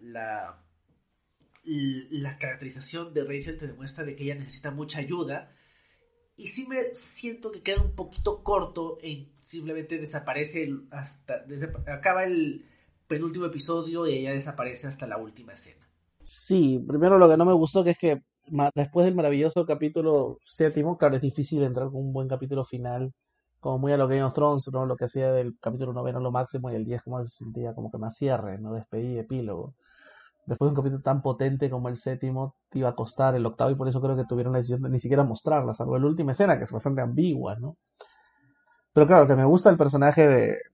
la caracterización de Rachel te demuestra de que ella necesita mucha ayuda. Y sí me siento que queda un poquito corto en simplemente desaparece acaba el penúltimo episodio y ella desaparece hasta la última escena. Sí, primero lo que no me gustó que es que después del maravilloso capítulo séptimo, claro, es difícil entrar con un buen capítulo final, como muy a lo Game of Thrones, ¿no? Lo que hacía del capítulo noveno lo máximo y el 10 como se sentía como que más cierre, ¿no? Despedida, epílogo. después de un capítulo tan potente como el séptimo, te iba a costar el octavo y por eso creo que tuvieron la decisión de ni siquiera mostrarla, salvo la última escena, que es bastante ambigua, ¿no? Pero claro, que me gusta el personaje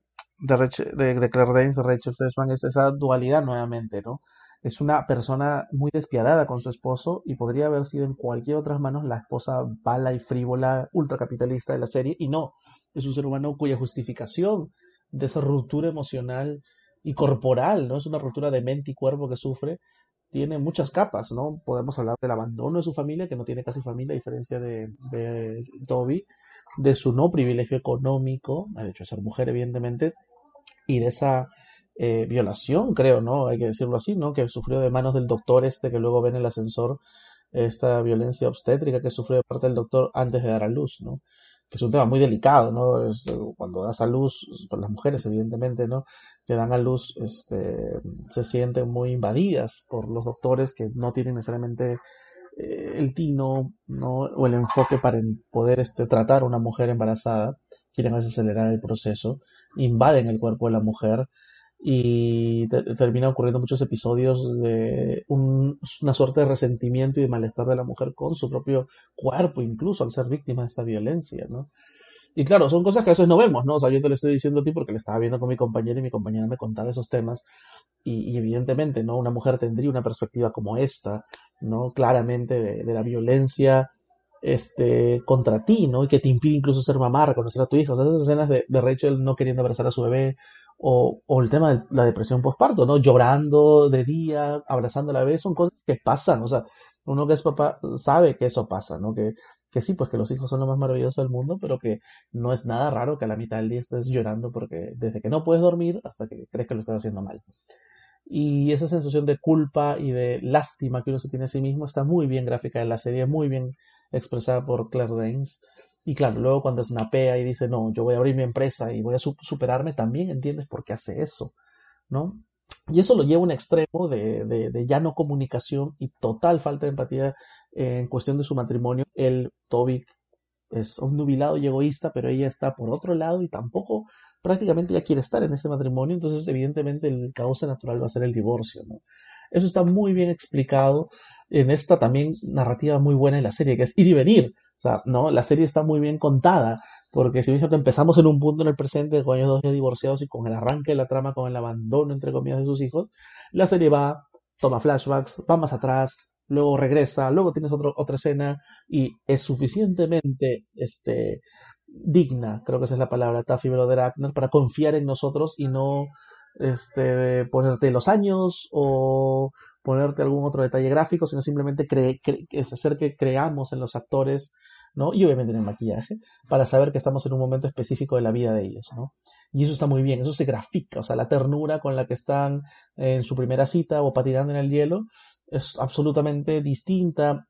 de Claire Danes, de Rachel Fleischman, es esa dualidad nuevamente, ¿no? Es una persona muy despiadada con su esposo y podría haber sido en cualquier otra manos la esposa bala y frívola, ultracapitalista de la serie, y no, es un ser humano cuya justificación de esa ruptura emocional y corporal, ¿no? Es una ruptura de mente y cuerpo que sufre, tiene muchas capas, ¿no? Podemos hablar del abandono de su familia, que no tiene casi familia, a diferencia de Toby, de su no privilegio económico, el hecho de ser mujer, evidentemente, y de esa violación, creo, ¿no? Hay que decirlo así, ¿no? Que sufrió de manos del doctor este que luego ve en el ascensor, esta violencia obstétrica que sufrió de parte del doctor antes de dar a luz, ¿no? Que es un tema muy delicado, ¿no? Cuando das a luz, por las mujeres, evidentemente, ¿no? Que dan a luz, se sienten muy invadidas por los doctores que no tienen necesariamente el tino, ¿no? O el enfoque para poder tratar a una mujer embarazada, quieren a veces acelerar el proceso, invaden el cuerpo de la mujer y termina ocurriendo muchos episodios de una suerte de resentimiento y de malestar de la mujer con su propio cuerpo, incluso al ser víctima de esta violencia, ¿no? Y claro, son cosas que a veces no vemos, ¿no? O sea, yo te lo estoy diciendo a ti porque le estaba viendo con mi compañera y mi compañera me contaba esos temas y evidentemente, ¿no? Una mujer tendría una perspectiva como esta, ¿no? Claramente de la violencia contra ti, ¿no? Y que te impide incluso ser mamá, reconocer a tu hijo. O sea, esas escenas de Rachel no queriendo abrazar a su bebé, o el tema de la depresión postparto, ¿no? Llorando de día, abrazando a la bebé, son cosas que pasan, o sea, uno que es papá sabe que eso pasa, ¿no? Que sí, pues que los hijos son lo más maravilloso del mundo, pero que no es nada raro que a la mitad del día estés llorando porque desde que no puedes dormir hasta que crees que lo estás haciendo mal. Y esa sensación de culpa y de lástima que uno se tiene a sí mismo está muy bien gráfica en la serie, muy bien expresada por Claire Danes. Y claro, luego cuando snapea y dice, no, yo voy a abrir mi empresa y voy a superarme, también entiendes por qué hace eso, ¿no? Y eso lo lleva a un extremo de ya no comunicación y total falta de empatía en cuestión de su matrimonio. El Toby es obnubilado y egoísta, pero ella está por otro lado y tampoco prácticamente ya quiere estar en ese matrimonio, entonces evidentemente el cauce natural va a ser el divorcio, ¿no? Eso está muy bien explicado en esta también narrativa muy buena de la serie, que es ir y venir. O sea, ¿no? La serie está muy bien contada, porque si bien empezamos en un punto en el presente con ellos dos ya divorciados y con el arranque de la trama, con el abandono, entre comillas, de sus hijos, la serie va, toma flashbacks, va más atrás, luego regresa, luego tienes otra escena y es suficientemente digna, creo que esa es la palabra, Taffy Brother Agner, para confiar en nosotros y no ponerte los años o ponerte algún otro detalle gráfico, sino simplemente es hacer que creamos en los actores, ¿no? Y obviamente en el maquillaje, para saber que estamos en un momento específico de la vida de ellos, ¿no? Y eso está muy bien, eso se grafica, o sea, la ternura con la que están en su primera cita o patinando en el hielo es absolutamente distinta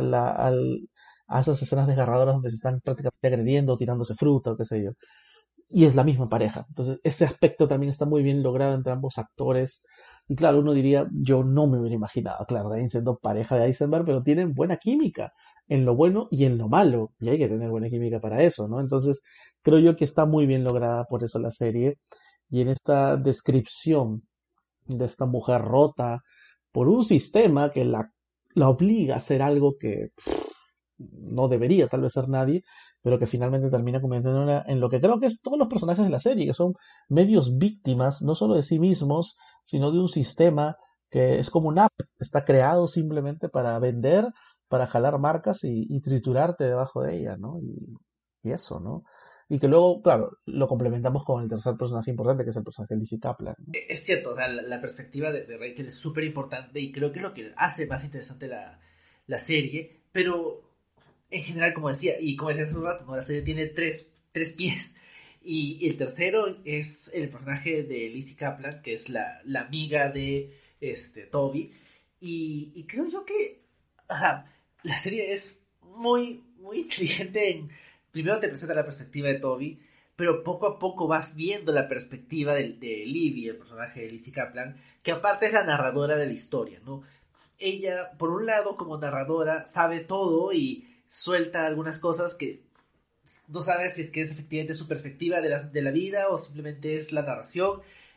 a esas escenas desgarradoras donde se están prácticamente agrediendo, tirándose fruta o qué sé yo. Y es la misma pareja. Entonces, ese aspecto también está muy bien logrado entre ambos actores. Y claro, uno diría, yo no me hubiera imaginado, claro, Dane siendo pareja de Eisenberg, pero tienen buena química en lo bueno y en lo malo. Y hay que tener buena química para eso, ¿no? Entonces, creo yo que está muy bien lograda por eso la serie. Y en esta descripción de esta mujer rota por un sistema que la obliga a hacer algo que no debería tal vez ser nadie, pero que finalmente termina convirtiéndola en lo que creo que es todos los personajes de la serie, que son medios víctimas, no solo de sí mismos, sino de un sistema que es como un app, está creado simplemente para vender, para jalar marcas y triturarte debajo de ella, ¿no? Y eso, ¿no? Y que luego, claro, lo complementamos con el tercer personaje importante, que es el personaje de Lizzie Kaplan, ¿no? Es cierto, o sea, la perspectiva de Rachel es súper importante y creo que es lo que hace más interesante la serie, pero en general, como decía, y como decía hace un rato, ¿no? La serie tiene tres pies. Y el tercero es el personaje de Lizzie Kaplan, que es la amiga de Toby. Y creo yo que ajá, la serie es muy, muy inteligente primero te presenta la perspectiva de Toby, pero poco a poco vas viendo la perspectiva de Libby, el personaje de Lizzie Kaplan, que aparte es la narradora de la historia, ¿no? Ella, por un lado, como narradora, sabe todo y suelta algunas cosas que no sabes si es que es efectivamente su perspectiva de la vida o simplemente es la narración.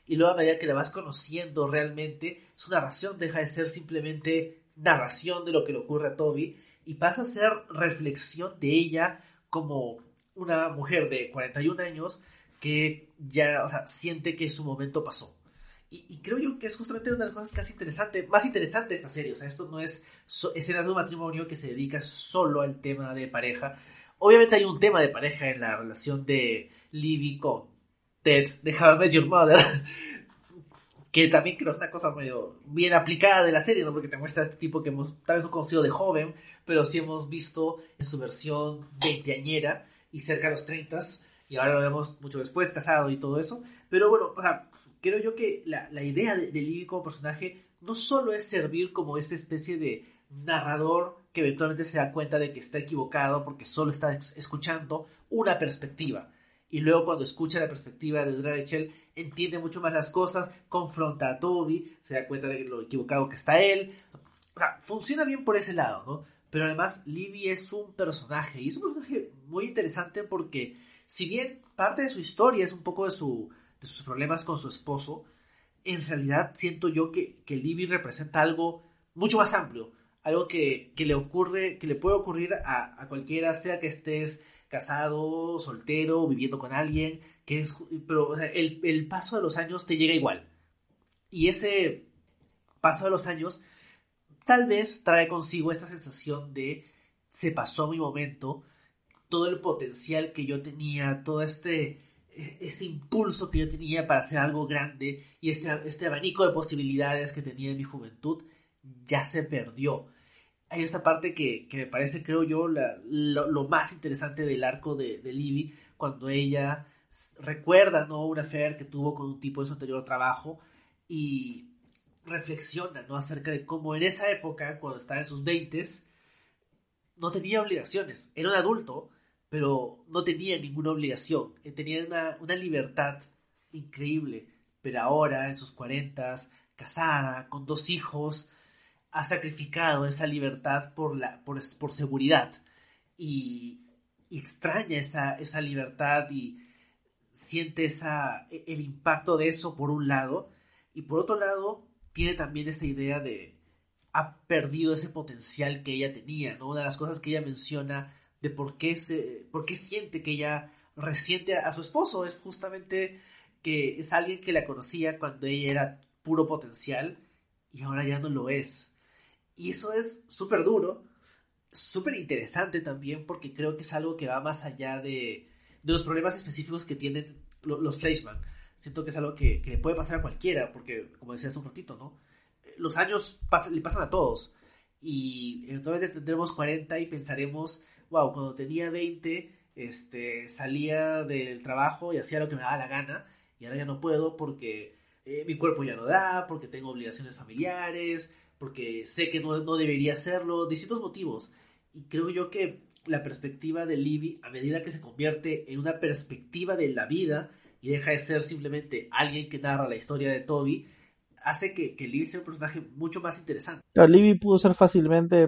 y luego a medida que la vas conociendo realmente, su narración deja de ser simplemente narración de lo que le ocurre a Toby y pasa a ser reflexión de ella como una mujer de 41 años que ya, o sea, siente que su momento pasó. Y creo yo que es justamente una de las cosas más interesante de esta serie. O sea, esto no es escenas de un matrimonio que se dedica solo al tema de pareja. Obviamente hay un tema de pareja en la relación de Libby con Ted de How I Met Your Mother, que también creo que es una cosa medio bien aplicada de la serie, ¿no? Porque te muestra a este tipo que tal vez no conocido de joven, pero sí hemos visto en su versión veinteañera y cerca de los 30, y ahora lo vemos mucho después, casado y todo eso. Pero bueno, o sea, creo yo que la idea de Libby como personaje no solo es servir como esta especie de narrador que eventualmente se da cuenta de que está equivocado porque solo está escuchando una perspectiva. Y luego cuando escucha la perspectiva de Rachel, entiende mucho más las cosas, confronta a Toby, se da cuenta de lo equivocado que está él. O sea, funciona bien por ese lado, ¿no? Pero además Libby es un personaje, y es un personaje muy interesante porque si bien parte de su historia es un poco de sus problemas con su esposo, en realidad siento yo que Libby representa algo mucho más amplio, algo que le puede ocurrir a cualquiera, sea que estés casado, soltero, viviendo con alguien, pero o sea, el paso de los años te llega igual. Y ese paso de los años tal vez trae consigo esta sensación de se pasó mi momento, todo el potencial que yo tenía, todo este impulso que yo tenía para hacer algo grande y este abanico de posibilidades que tenía en mi juventud ya se perdió. Hay esta parte que me parece, creo yo, lo más interesante del arco de Libby, cuando ella recuerda, ¿no?, una affair que tuvo con un tipo de su anterior trabajo y reflexiona, ¿no?, acerca de cómo en esa época, cuando estaba en sus 20s, no tenía obligaciones. Era un adulto, pero no tenía ninguna obligación. Tenía una libertad increíble. Pero ahora, en sus 40s, casada, con 2 hijos, ha sacrificado esa libertad por seguridad. Y extraña esa libertad y siente el impacto de eso por un lado. Y por otro lado, tiene también esta idea de ha perdido ese potencial que ella tenía, ¿no? Una de las cosas que ella menciona de por qué siente que ella resiente a su esposo es justamente que es alguien que la conocía cuando ella era puro potencial y ahora ya no lo es. Y eso es súper duro, súper interesante también porque creo que es algo que va más allá de los problemas específicos que tienen los Fleischmann. Siento que es algo que le puede pasar a cualquiera porque, como decía hace un ratito, ¿no?, los años le pasan a todos y eventualmente tendremos 40 y pensaremos, wow, cuando tenía 20 salía del trabajo y hacía lo que me daba la gana y ahora ya no puedo porque mi cuerpo ya no da, porque tengo obligaciones familiares, porque sé que no debería hacerlo, distintos motivos. Y creo yo que la perspectiva de Libby, a medida que se convierte en una perspectiva de la vida y deja de ser simplemente alguien que narra la historia de Toby, hace que Libby sea un personaje mucho más interesante. Claro, Libby pudo ser fácilmente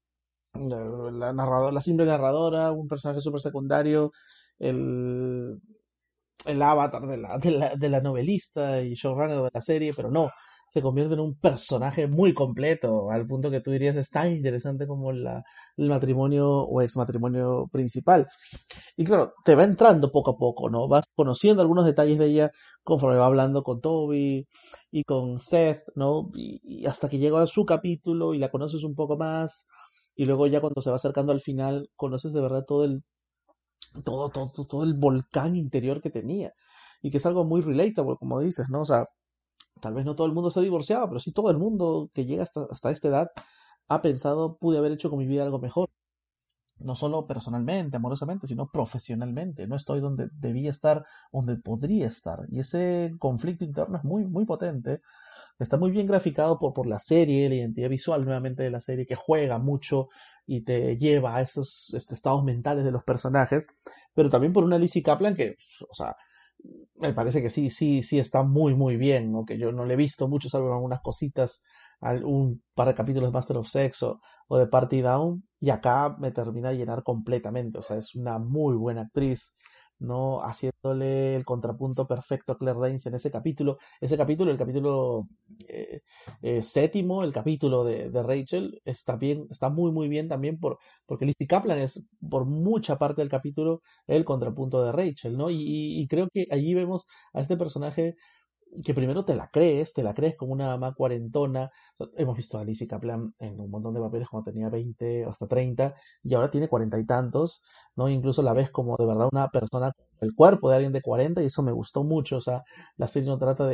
la simple narradora, un personaje súper secundario, el, el avatar de la novelista y showrunner de la serie, pero no, se convierte en un personaje muy completo, al punto que tú dirías es tan interesante como el matrimonio o ex matrimonio principal. Y claro, te va entrando poco a poco, ¿no? Vas conociendo algunos detalles de ella conforme va hablando con Toby y con Seth, ¿no? Y hasta que llega a su capítulo y la conoces un poco más. Y luego ya cuando se va acercando al final, conoces de verdad todo el volcán interior que tenía. Y que es algo muy relatable, como dices, ¿no? O sea, tal vez no todo el mundo se ha divorciado, pero sí todo el mundo que llega hasta esta edad ha pensado, pude haber hecho con mi vida algo mejor. No solo personalmente, amorosamente, sino profesionalmente. No estoy donde debía estar, donde podría estar. Y ese conflicto interno es muy, muy potente. Está muy bien graficado por la serie, la identidad visual nuevamente de la serie, que juega mucho y te lleva a esos estados mentales de los personajes. Pero también por una Lizzie Kaplan que, o sea, me parece que sí está muy, muy bien, ¿no? Que yo no le he visto mucho, salvo algunas cositas, un par de capítulos de Master of Sex o de Party Down, y acá me termina de llenar completamente. O sea, es una muy buena actriz, ¿no? Haciéndole el contrapunto perfecto a Claire Danes en ese capítulo. El capítulo séptimo, el capítulo de Rachel, está muy muy bien también porque Lizzie Kaplan es por mucha parte del capítulo el contrapunto de Rachel, ¿no? Y creo que allí vemos a este personaje que primero te la crees como una mamá cuarentona. Hemos visto a Lizzie Kaplan en un montón de papeles cuando tenía 20 o hasta 30 y ahora tiene 40 y tantos, ¿no? Incluso la ves como de verdad una persona con el cuerpo de alguien de 40 y eso me gustó mucho. O sea, la serie no trata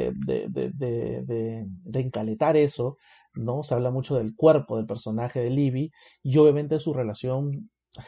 de encaletar eso, ¿no? Se habla mucho del cuerpo del personaje de Libby y obviamente su relación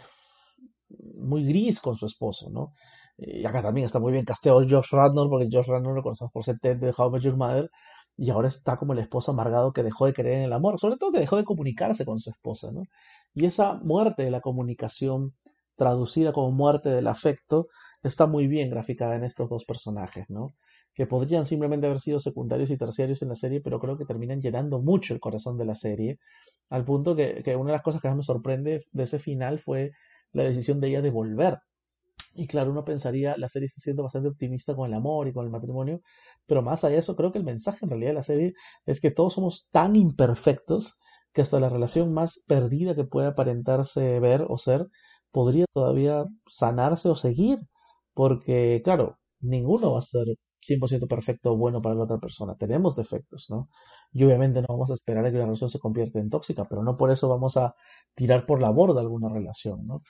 muy gris con su esposo, ¿no? Y acá también está muy bien casteado Josh Radnor, porque Josh Radnor lo conocemos por ser Ted de How I Met Your Mother, y ahora está como el esposo amargado que dejó de creer en el amor, sobre todo que dejó de comunicarse con su esposa, ¿no? Y esa muerte de la comunicación, traducida como muerte del afecto, está muy bien graficada en estos dos personajes, ¿no? Que podrían simplemente haber sido secundarios y terciarios en la serie, pero creo que terminan llenando mucho el corazón de la serie, al punto que una de las cosas que más me sorprende de ese final fue la decisión de ella de volver. Y claro, uno pensaría, la serie está siendo bastante optimista con el amor y con el matrimonio, pero más allá de eso, creo que el mensaje en realidad de la serie es que todos somos tan imperfectos que hasta la relación más perdida que pueda aparentarse ver o ser, podría todavía sanarse o seguir, porque claro, ninguno va a ser 100% perfecto o bueno para la otra persona, tenemos defectos, ¿no? Y obviamente no vamos a esperar a que la relación se convierta en tóxica, pero no por eso vamos a tirar por la borda alguna relación, ¿no?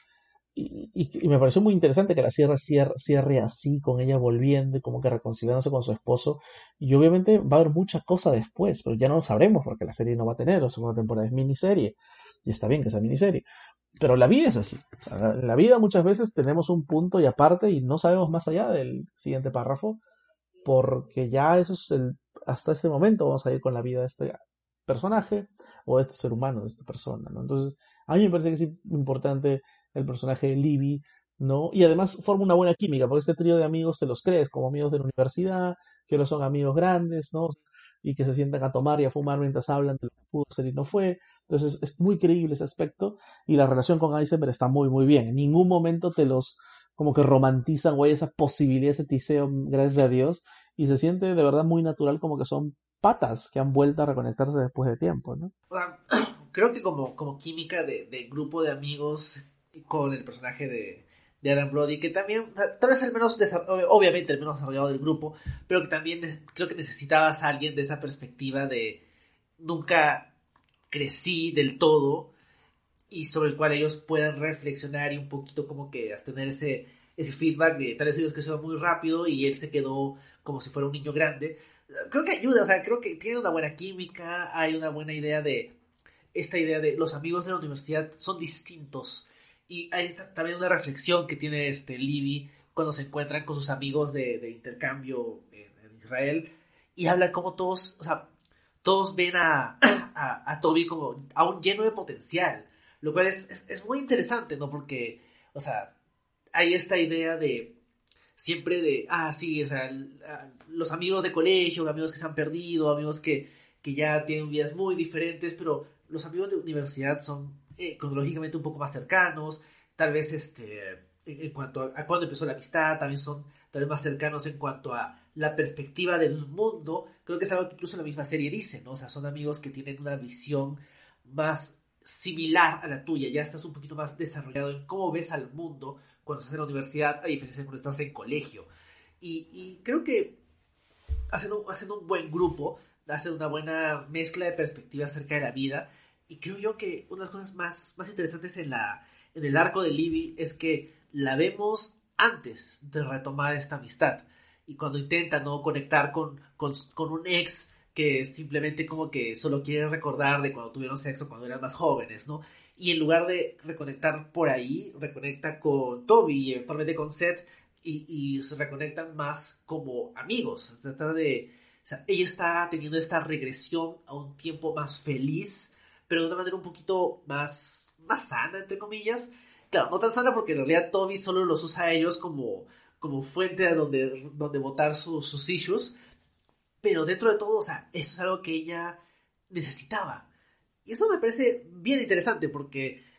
Y me pareció muy interesante que la cierre así, con ella volviendo y como que reconciliándose con su esposo. Y obviamente va a haber mucha cosa después, pero ya no lo sabremos porque la serie no va a tener, la segunda temporada es miniserie. Y está bien que sea miniserie. Pero la vida es así. O sea, en la vida muchas veces tenemos un punto y aparte y no sabemos más allá del siguiente párrafo porque ya eso es hasta este momento vamos a ir con la vida de este personaje o de este ser humano, de esta persona, ¿no? Entonces, a mí me parece que es importante el personaje de Libby, ¿no? Y además forma una buena química, porque este trío de amigos te los crees como amigos de la universidad, que no son amigos grandes, ¿no? Y que se sientan a tomar y a fumar mientras hablan de lo que pudo ser y no fue. Entonces es muy creíble ese aspecto y la relación con Eisenberg está muy muy bien. En ningún momento te los como que romantizan o hay esa posibilidad, ese tiseo, gracias a Dios, y se siente de verdad muy natural como que son patas que han vuelto a reconectarse después de tiempo, ¿no? O sea, creo que como química de grupo de amigos con el personaje de Adam Brody, que también, o sea, tal vez el menos, obviamente el menos desarrollado del grupo, pero que también creo que necesitabas a alguien de esa perspectiva de nunca crecí del todo y sobre el cual ellos puedan reflexionar y un poquito como que tener ese feedback de tal vez ellos crecieron muy rápido y él se quedó como si fuera un niño grande. Creo que ayuda, o sea, creo que tiene una buena química, hay una buena idea de esta idea de los amigos de la universidad son distintos y hay también una reflexión que tiene Libby cuando se encuentran con sus amigos de intercambio en Israel y habla como todos, o sea, todos ven a Toby como aún lleno de potencial, lo cual es muy interesante, ¿no? Porque, o sea, hay esta idea de siempre de, sí, o sea, los amigos de colegio, amigos que se han perdido, amigos que ya tienen vidas muy diferentes, pero los amigos de universidad son cronológicamente un poco más cercanos, tal vez en cuanto a cuándo empezó la amistad, también son tal vez más cercanos en cuanto a la perspectiva del mundo. Creo que es algo que incluso la misma serie dice, ¿no? O sea, son amigos que tienen una visión más similar a la tuya, ya estás un poquito más desarrollado en cómo ves al mundo cuando estás en la universidad, a diferencia de cuando estás en colegio. Y creo que haciendo un buen grupo, hace una buena mezcla de perspectivas acerca de la vida. Y creo yo que una de las cosas más interesantes en el arco de Libby es que la vemos antes de retomar esta amistad. Y cuando intenta no conectar con un ex que simplemente como que solo quiere recordar de cuando tuvieron sexo cuando eran más jóvenes, ¿no? Y en lugar de reconectar por ahí, reconecta con Toby y eventualmente con Seth y se reconectan más como amigos. Se trata de, o sea, ella está teniendo esta regresión a un tiempo más feliz, pero de una manera un poquito más sana, entre comillas. Claro, no tan sana porque en realidad Toby solo los usa a ellos como fuente de donde botar sus issues, pero dentro de todo, o sea, eso es algo que ella necesitaba. Y eso me parece bien interesante porque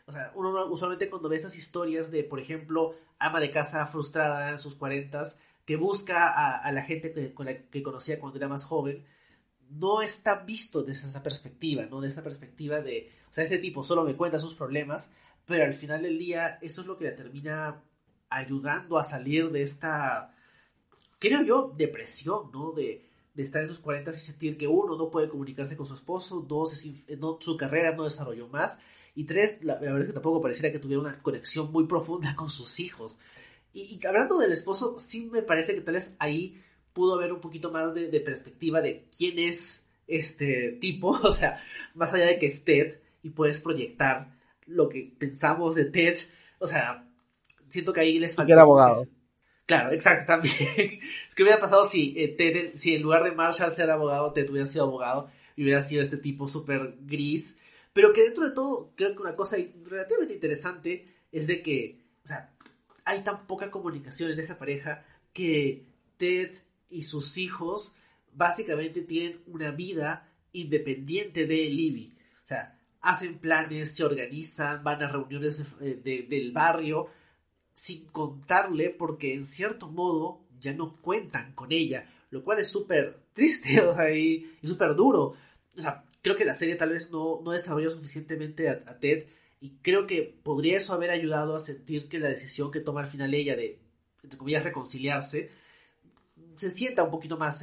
O sea, uno usualmente cuando ve estas historias de, por ejemplo, ama de casa frustrada en sus cuarentas, que busca a la gente con la que conocía cuando era más joven, no está visto desde esa perspectiva, ¿no? De esa perspectiva de, o sea, este tipo solo me cuenta sus problemas, pero al final del día eso es lo que la termina ayudando a salir de esta, creo yo, depresión, ¿no? De estar en sus 40 y sentir que uno, no puede comunicarse con su esposo, dos, no, su carrera no desarrolló más, y tres, la verdad es que tampoco pareciera que tuviera una conexión muy profunda con sus hijos. Y hablando del esposo, sí me parece que tal vez ahí pudo haber un poquito más de perspectiva de quién es este tipo, o sea, más allá de que es Ted y puedes proyectar lo que pensamos de Ted, o sea, siento que ahí les Y que era faltó como que... abogado. Claro, exacto, también. Es que hubiera pasado si Ted, si en lugar de Marshall ser abogado, Ted hubiera sido abogado y hubiera sido este tipo súper gris, pero que dentro de todo, creo que una cosa relativamente interesante es de que, o sea, hay tan poca comunicación en esa pareja que Ted y sus hijos básicamente tienen una vida independiente de Libby. O sea, hacen planes, se organizan, van a reuniones del barrio sin contarle porque en cierto modo ya no cuentan con ella, lo cual es súper triste, o sea, y súper duro. O sea, creo que la serie tal vez no desarrolló suficientemente a Ted y creo que podría eso haber ayudado a sentir que la decisión que toma al final ella de, entre comillas, reconciliarse, se sienta un poquito más,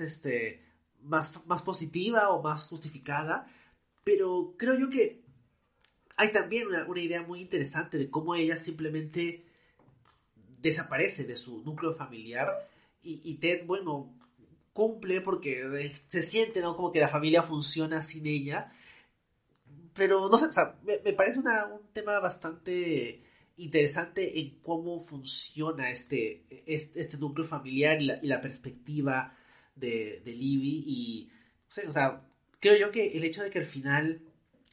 más positiva o más justificada, pero creo yo que hay también una idea muy interesante de cómo ella simplemente desaparece de su núcleo familiar y Ted, bueno, cumple porque se siente, ¿no? Como que la familia funciona sin ella, pero no sé, o sea, me parece un tema bastante interesante en cómo funciona este núcleo familiar y la perspectiva de Libby y, no sé, o sea, creo yo que el hecho de que al final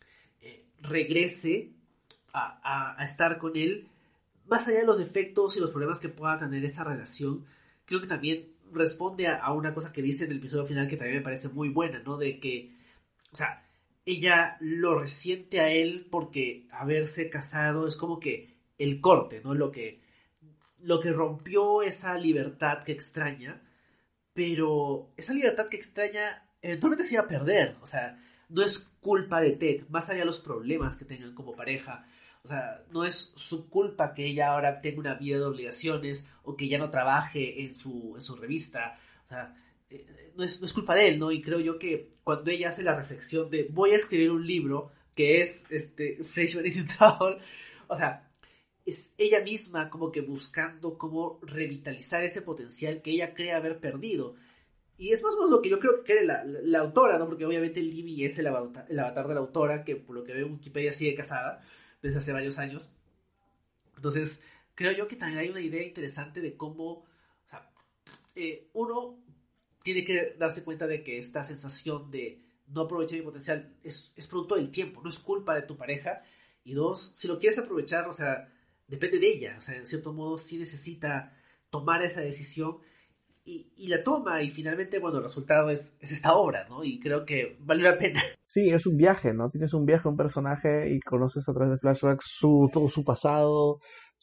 regrese a estar con él, más allá de los defectos y los problemas que pueda tener esa relación, creo que también responde a una cosa que dice en el episodio final que también me parece muy buena, ¿no? De que, o sea, ella lo resiente a él porque haberse casado es como que el corte, ¿no? Lo que rompió esa libertad que extraña, pero esa libertad que extraña eventualmente se iba a perder, o sea, no es culpa de Ted, más allá de los problemas que tengan como pareja, o sea, no es su culpa que ella ahora tenga una vida de obligaciones o que ya no trabaje en su revista, o sea, no es culpa de él, ¿no? Y creo yo que cuando ella hace la reflexión de voy a escribir un libro que es Freshman is in Trouble, o sea, es ella misma como que buscando cómo revitalizar ese potencial que ella cree haber perdido. Y es más o menos lo que yo creo que quiere la autora, ¿no? Porque obviamente Libby es el avatar de la autora, que por lo que veo en Wikipedia sigue casada desde hace varios años. Entonces, creo yo que también hay una idea interesante de cómo, o sea, uno tiene que darse cuenta de que esta sensación de no aprovechar mi potencial es producto del tiempo, no es culpa de tu pareja. Y dos, si lo quieres aprovechar, o sea, depende de ella. O sea, en cierto modo sí necesita tomar esa decisión y la toma. Y finalmente, bueno, el resultado es esta obra, ¿no? Y creo que vale la pena. Sí, es un viaje, ¿no? Tienes un viaje, un personaje y conoces a través de flashbacks todo su pasado,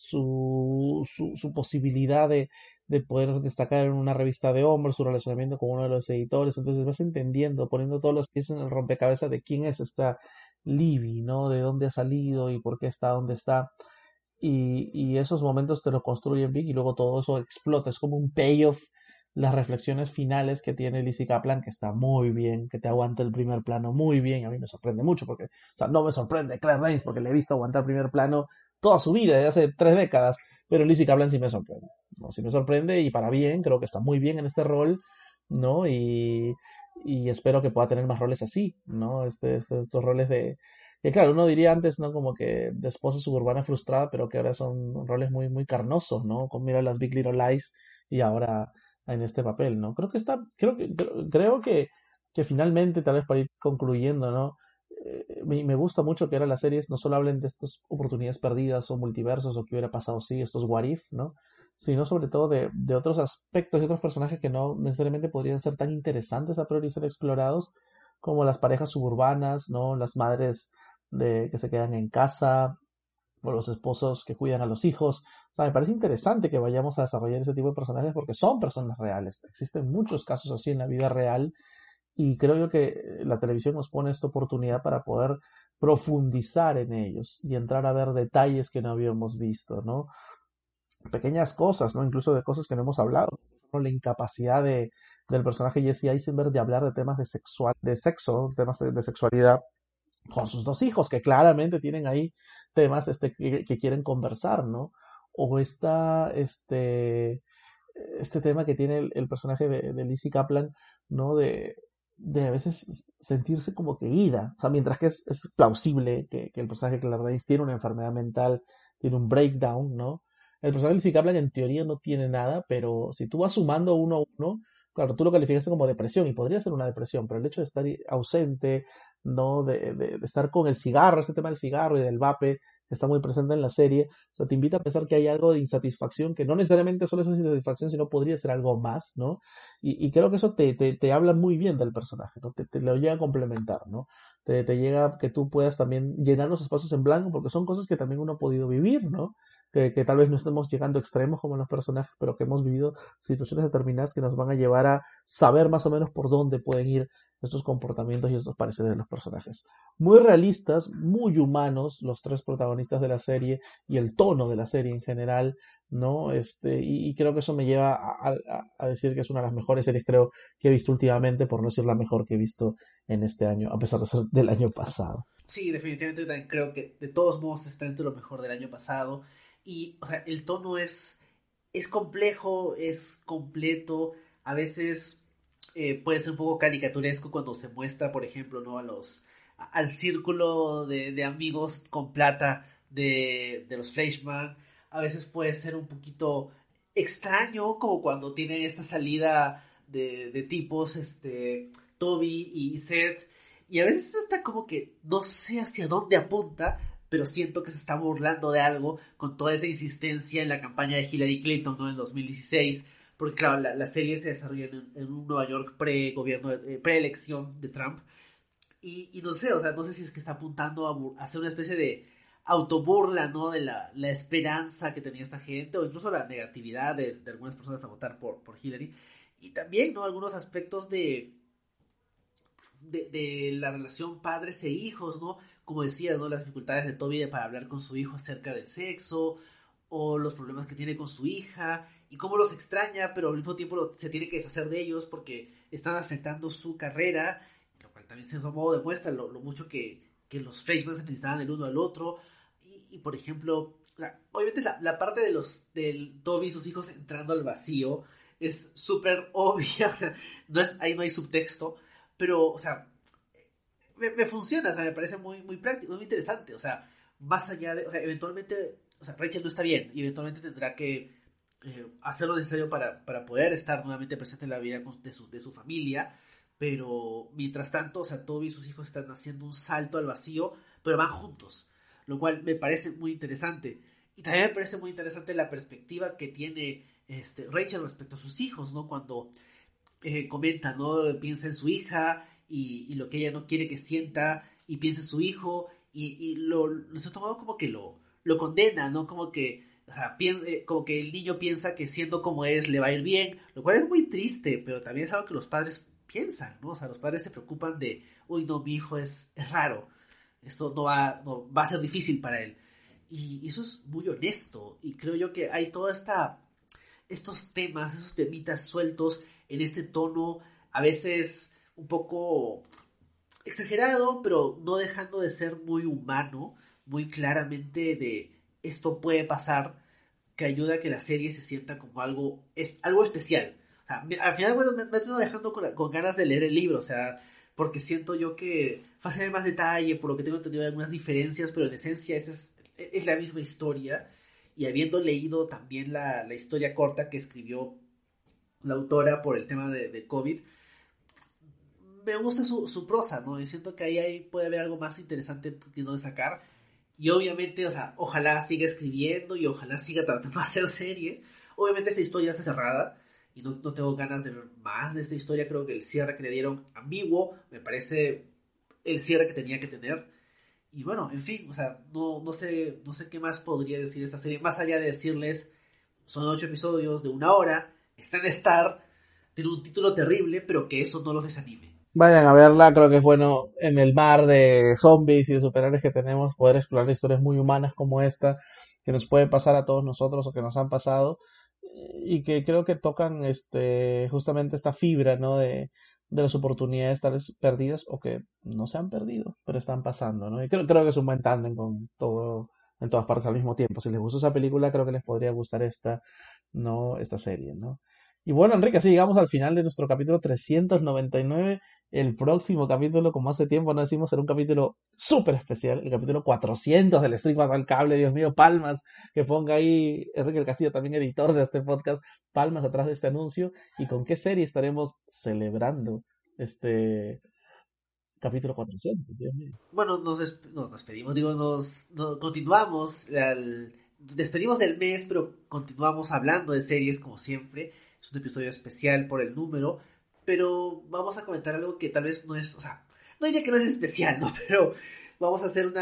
su posibilidad de poder destacar en una revista de hombres, su relacionamiento con uno de los editores. Entonces vas entendiendo, poniendo todas las piezas en el rompecabezas de quién es esta Libby, ¿no? De dónde ha salido y por qué está donde está. Y esos momentos te lo construyen bien y luego todo eso explota. Es como un payoff las reflexiones finales que tiene Lizzie Kaplan, que está muy bien, que te aguanta el primer plano muy bien. A mí me sorprende mucho, porque, o sea, no me sorprende Claire Danes, porque le he visto aguantar primer plano toda su vida, desde hace 3 décadas, pero Lizzie Kaplan sí me sorprende, ¿no? Sí me sorprende y para bien, creo que está muy bien en este rol, ¿no? Y espero que pueda tener más roles así, ¿no? Estos roles que claro, uno diría antes, ¿no? Como que de esposa suburbana frustrada, pero que ahora son roles muy, muy carnosos, ¿no? Como mira las Big Little Lies y ahora en este papel, ¿no? Creo que finalmente, tal vez para ir concluyendo, ¿no? Me gusta mucho que ahora las series no solo hablen de estas oportunidades perdidas o multiversos o qué hubiera pasado si, estos what if, ¿no? Sino sobre todo de otros aspectos y otros personajes que no necesariamente podrían ser tan interesantes a priori ser explorados como las parejas suburbanas, ¿no? Las madres que se quedan en casa, o los esposos que cuidan a los hijos. O sea, me parece interesante que vayamos a desarrollar ese tipo de personajes porque son personas reales. Existen muchos casos así en la vida real y creo yo que la televisión nos pone esta oportunidad para poder profundizar en ellos y entrar a ver detalles que no habíamos visto, ¿no? Pequeñas cosas, ¿no? Incluso de cosas que no hemos hablado, ¿no? La incapacidad del personaje Jesse Eisenberg de hablar de temas de sexo, temas de sexualidad con sus dos hijos, que claramente tienen ahí temas que quieren conversar, ¿no? O este tema que tiene el personaje de Lizzie Kaplan, ¿no? De a veces sentirse como que ida. O sea, mientras que es plausible que el personaje de Claire Danes tiene una enfermedad mental, tiene un breakdown, ¿no? El personaje de Lizzie Kaplan en teoría no tiene nada, pero si tú vas sumando uno a uno, claro, tú lo calificaste como depresión y podría ser una depresión, pero el hecho de estar ausente, ¿no? De estar con el cigarro, este tema del cigarro y del vape, que está muy presente en la serie, o sea, te invita a pensar que hay algo de insatisfacción, que no necesariamente solo es insatisfacción, sino podría ser algo más, ¿no? Y creo que eso te habla muy bien del personaje, ¿no? Te lo llega a complementar, ¿no? Te llega que tú puedas también llenar los espacios en blanco, porque son cosas que también uno ha podido vivir, ¿no? Que tal vez no estemos llegando a extremos como los personajes, pero que hemos vivido situaciones determinadas que nos van a llevar a saber más o menos por dónde pueden ir estos comportamientos y estos pareceres de los personajes. Muy realistas, muy humanos los tres protagonistas de la serie y el tono de la serie en general, ¿no? Y creo que eso me lleva a decir que es una de las mejores series, creo, que he visto últimamente, por no decir la mejor que he visto en este año, a pesar de ser del año pasado. Sí, definitivamente yo también creo que de todos modos está entre lo mejor del año pasado. Y, o sea, el tono es complejo, es completo, a veces puede ser un poco caricaturesco cuando se muestra, por ejemplo, ¿no? Al círculo de amigos con plata de los Fleischmann. A veces puede ser un poquito extraño, como cuando tienen esta salida de tipos, Toby y Seth. Y a veces hasta como que no sé hacia dónde apunta, pero siento que se está burlando de algo con toda esa insistencia en la campaña de Hillary Clinton, ¿no? En 2016, porque claro, la serie se desarrolla en un Nueva York pre-gobierno, pre-elección de Trump, y no sé, o sea, no sé si es que está apuntando a hacer una especie de autoburla, ¿no? De la esperanza que tenía esta gente, o incluso la negatividad de algunas personas a votar por Hillary, y también, ¿no? Algunos aspectos de la relación padres e hijos, ¿no? Como decía, ¿no? Las dificultades de Toby para hablar con su hijo acerca del sexo, o los problemas que tiene con su hija, y cómo los extraña, pero al mismo tiempo se tiene que deshacer de ellos porque están afectando su carrera, lo cual también se modo demuestra lo mucho que los Fleischmann se necesitaban el uno al otro, y por ejemplo, obviamente la parte del Toby y sus hijos entrando al vacío es súper obvia, o sea, ahí no hay subtexto, pero, o sea, me funciona, o sea, me parece muy, muy práctico, muy interesante, o sea, más allá de, o sea, eventualmente, o sea, Rachel no está bien y eventualmente tendrá que hacer lo necesario para poder estar nuevamente presente en la vida de su familia, pero mientras tanto, o sea, Toby y sus hijos están haciendo un salto al vacío, pero van juntos, lo cual me parece muy interesante. Y también me parece muy interesante la perspectiva que tiene Rachel respecto a sus hijos, ¿no? Cuando comenta, ¿no? Piensa en su hija y lo que ella no quiere que sienta y piensa en su hijo y se ha tomado como que lo condena, ¿no? Como que, o sea, como que el niño piensa que siendo como es le va a ir bien, lo cual es muy triste, pero también es algo que los padres piensan, ¿no? O sea, los padres se preocupan de, uy, no, mi hijo es raro, esto no va a ser difícil para él. Y eso es muy honesto y creo yo que hay toda estos temas, esos temitas sueltos en este tono, a veces un poco exagerado, pero no dejando de ser muy humano, muy claramente de esto puede pasar, que ayuda a que la serie se sienta como algo especial. O sea, al final, bueno, me termino dejando con ganas de leer el libro, o sea, porque siento yo que falta más detalle, por lo que tengo entendido hay algunas diferencias, pero en esencia es la misma historia. Y habiendo leído también la historia corta que escribió la autora por el tema de COVID, me gusta su prosa, ¿no? Y siento que ahí puede haber algo más interesante que no de sacar. Y obviamente, o sea, ojalá siga escribiendo y ojalá siga tratando de hacer series. Obviamente esta historia está cerrada y no tengo ganas de ver más de esta historia. Creo que el cierre que le dieron ambiguo, me parece el cierre que tenía que tener. Y bueno, en fin, o sea, no sé qué más podría decir esta serie, más allá de decirles, son 8 episodios de 1 hora, está en Star, tiene un título terrible, pero que eso no los desanime. Vayan a verla, creo que es bueno en el mar de zombies y de superhéroes que tenemos poder explorar historias muy humanas como esta, que nos puede pasar a todos nosotros o que nos han pasado, y que creo que tocan justamente esta fibra, ¿no? de las oportunidades tal vez perdidas o que no se han perdido, pero están pasando, ¿no? Y creo que es un buen tándem con todo en todas partes al mismo tiempo. Si les gustó esa película, creo que les podría gustar esta serie, ¿no? Y bueno, Enrique, así llegamos al final de nuestro capítulo 399. El próximo capítulo, como hace tiempo no decimos, será un capítulo súper especial, el capítulo 400 del Stream al Cable. Dios mío, palmas, que ponga ahí Enrique el Castillo, también editor de este podcast, palmas atrás de este anuncio. ¿Y con qué serie estaremos celebrando este capítulo 400? Dios mío. Bueno, nos despedimos, digo, continuamos, despedimos del mes, pero continuamos hablando de series como siempre. Es un episodio especial por el número, pero vamos a comentar algo que tal vez no es, o sea, no diría que no es especial, ¿no? Pero vamos a hacer un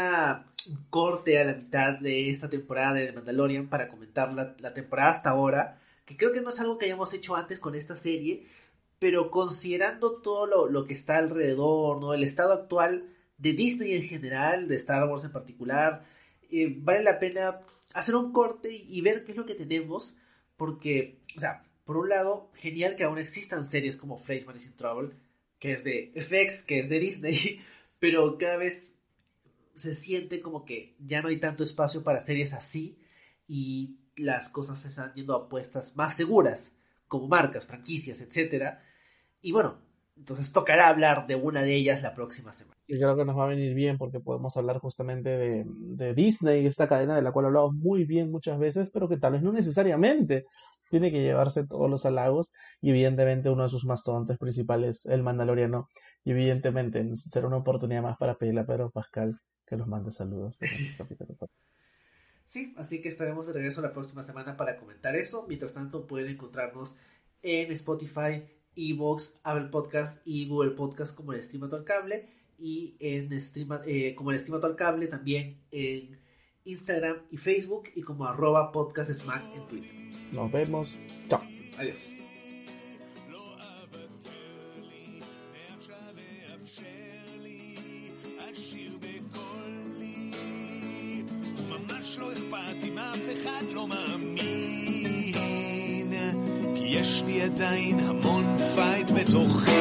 corte a la mitad de esta temporada de The Mandalorian para comentar la temporada hasta ahora, que creo que no es algo que hayamos hecho antes con esta serie, pero considerando todo lo que está alrededor, ¿no? El estado actual de Disney en general, de Star Wars en particular, vale la pena hacer un corte y ver qué es lo que tenemos, porque, o sea, por un lado, genial que aún existan series como Fleischman is in Trouble, que es de FX, que es de Disney, pero cada vez se siente como que ya no hay tanto espacio para series así y las cosas se están yendo a apuestas más seguras, como marcas, franquicias, etcétera. Y bueno, entonces tocará hablar de una de ellas la próxima semana. Y creo que nos va a venir bien porque podemos hablar justamente de Disney, esta cadena de la cual hablamos muy bien muchas veces, pero que tal vez no necesariamente tiene que llevarse todos los halagos, y evidentemente uno de sus mastodontes principales, el Mandaloriano, y evidentemente será una oportunidad más para pedirle a Pedro Pascal que nos mande saludos. Sí, así que estaremos de regreso la próxima semana para comentar eso. Mientras tanto, pueden encontrarnos en Spotify, Evox, Apple Podcast y Google Podcast como el Streamato al Cable, y en como el Streamato al Cable también en Instagram y Facebook, y como @podcastsmack en Twitter. Nos vemos. Chao. Adiós. ממש לא אכפת אם אף אחד לא מאמין, כי יש בי עדיין המון פייט בתוכי.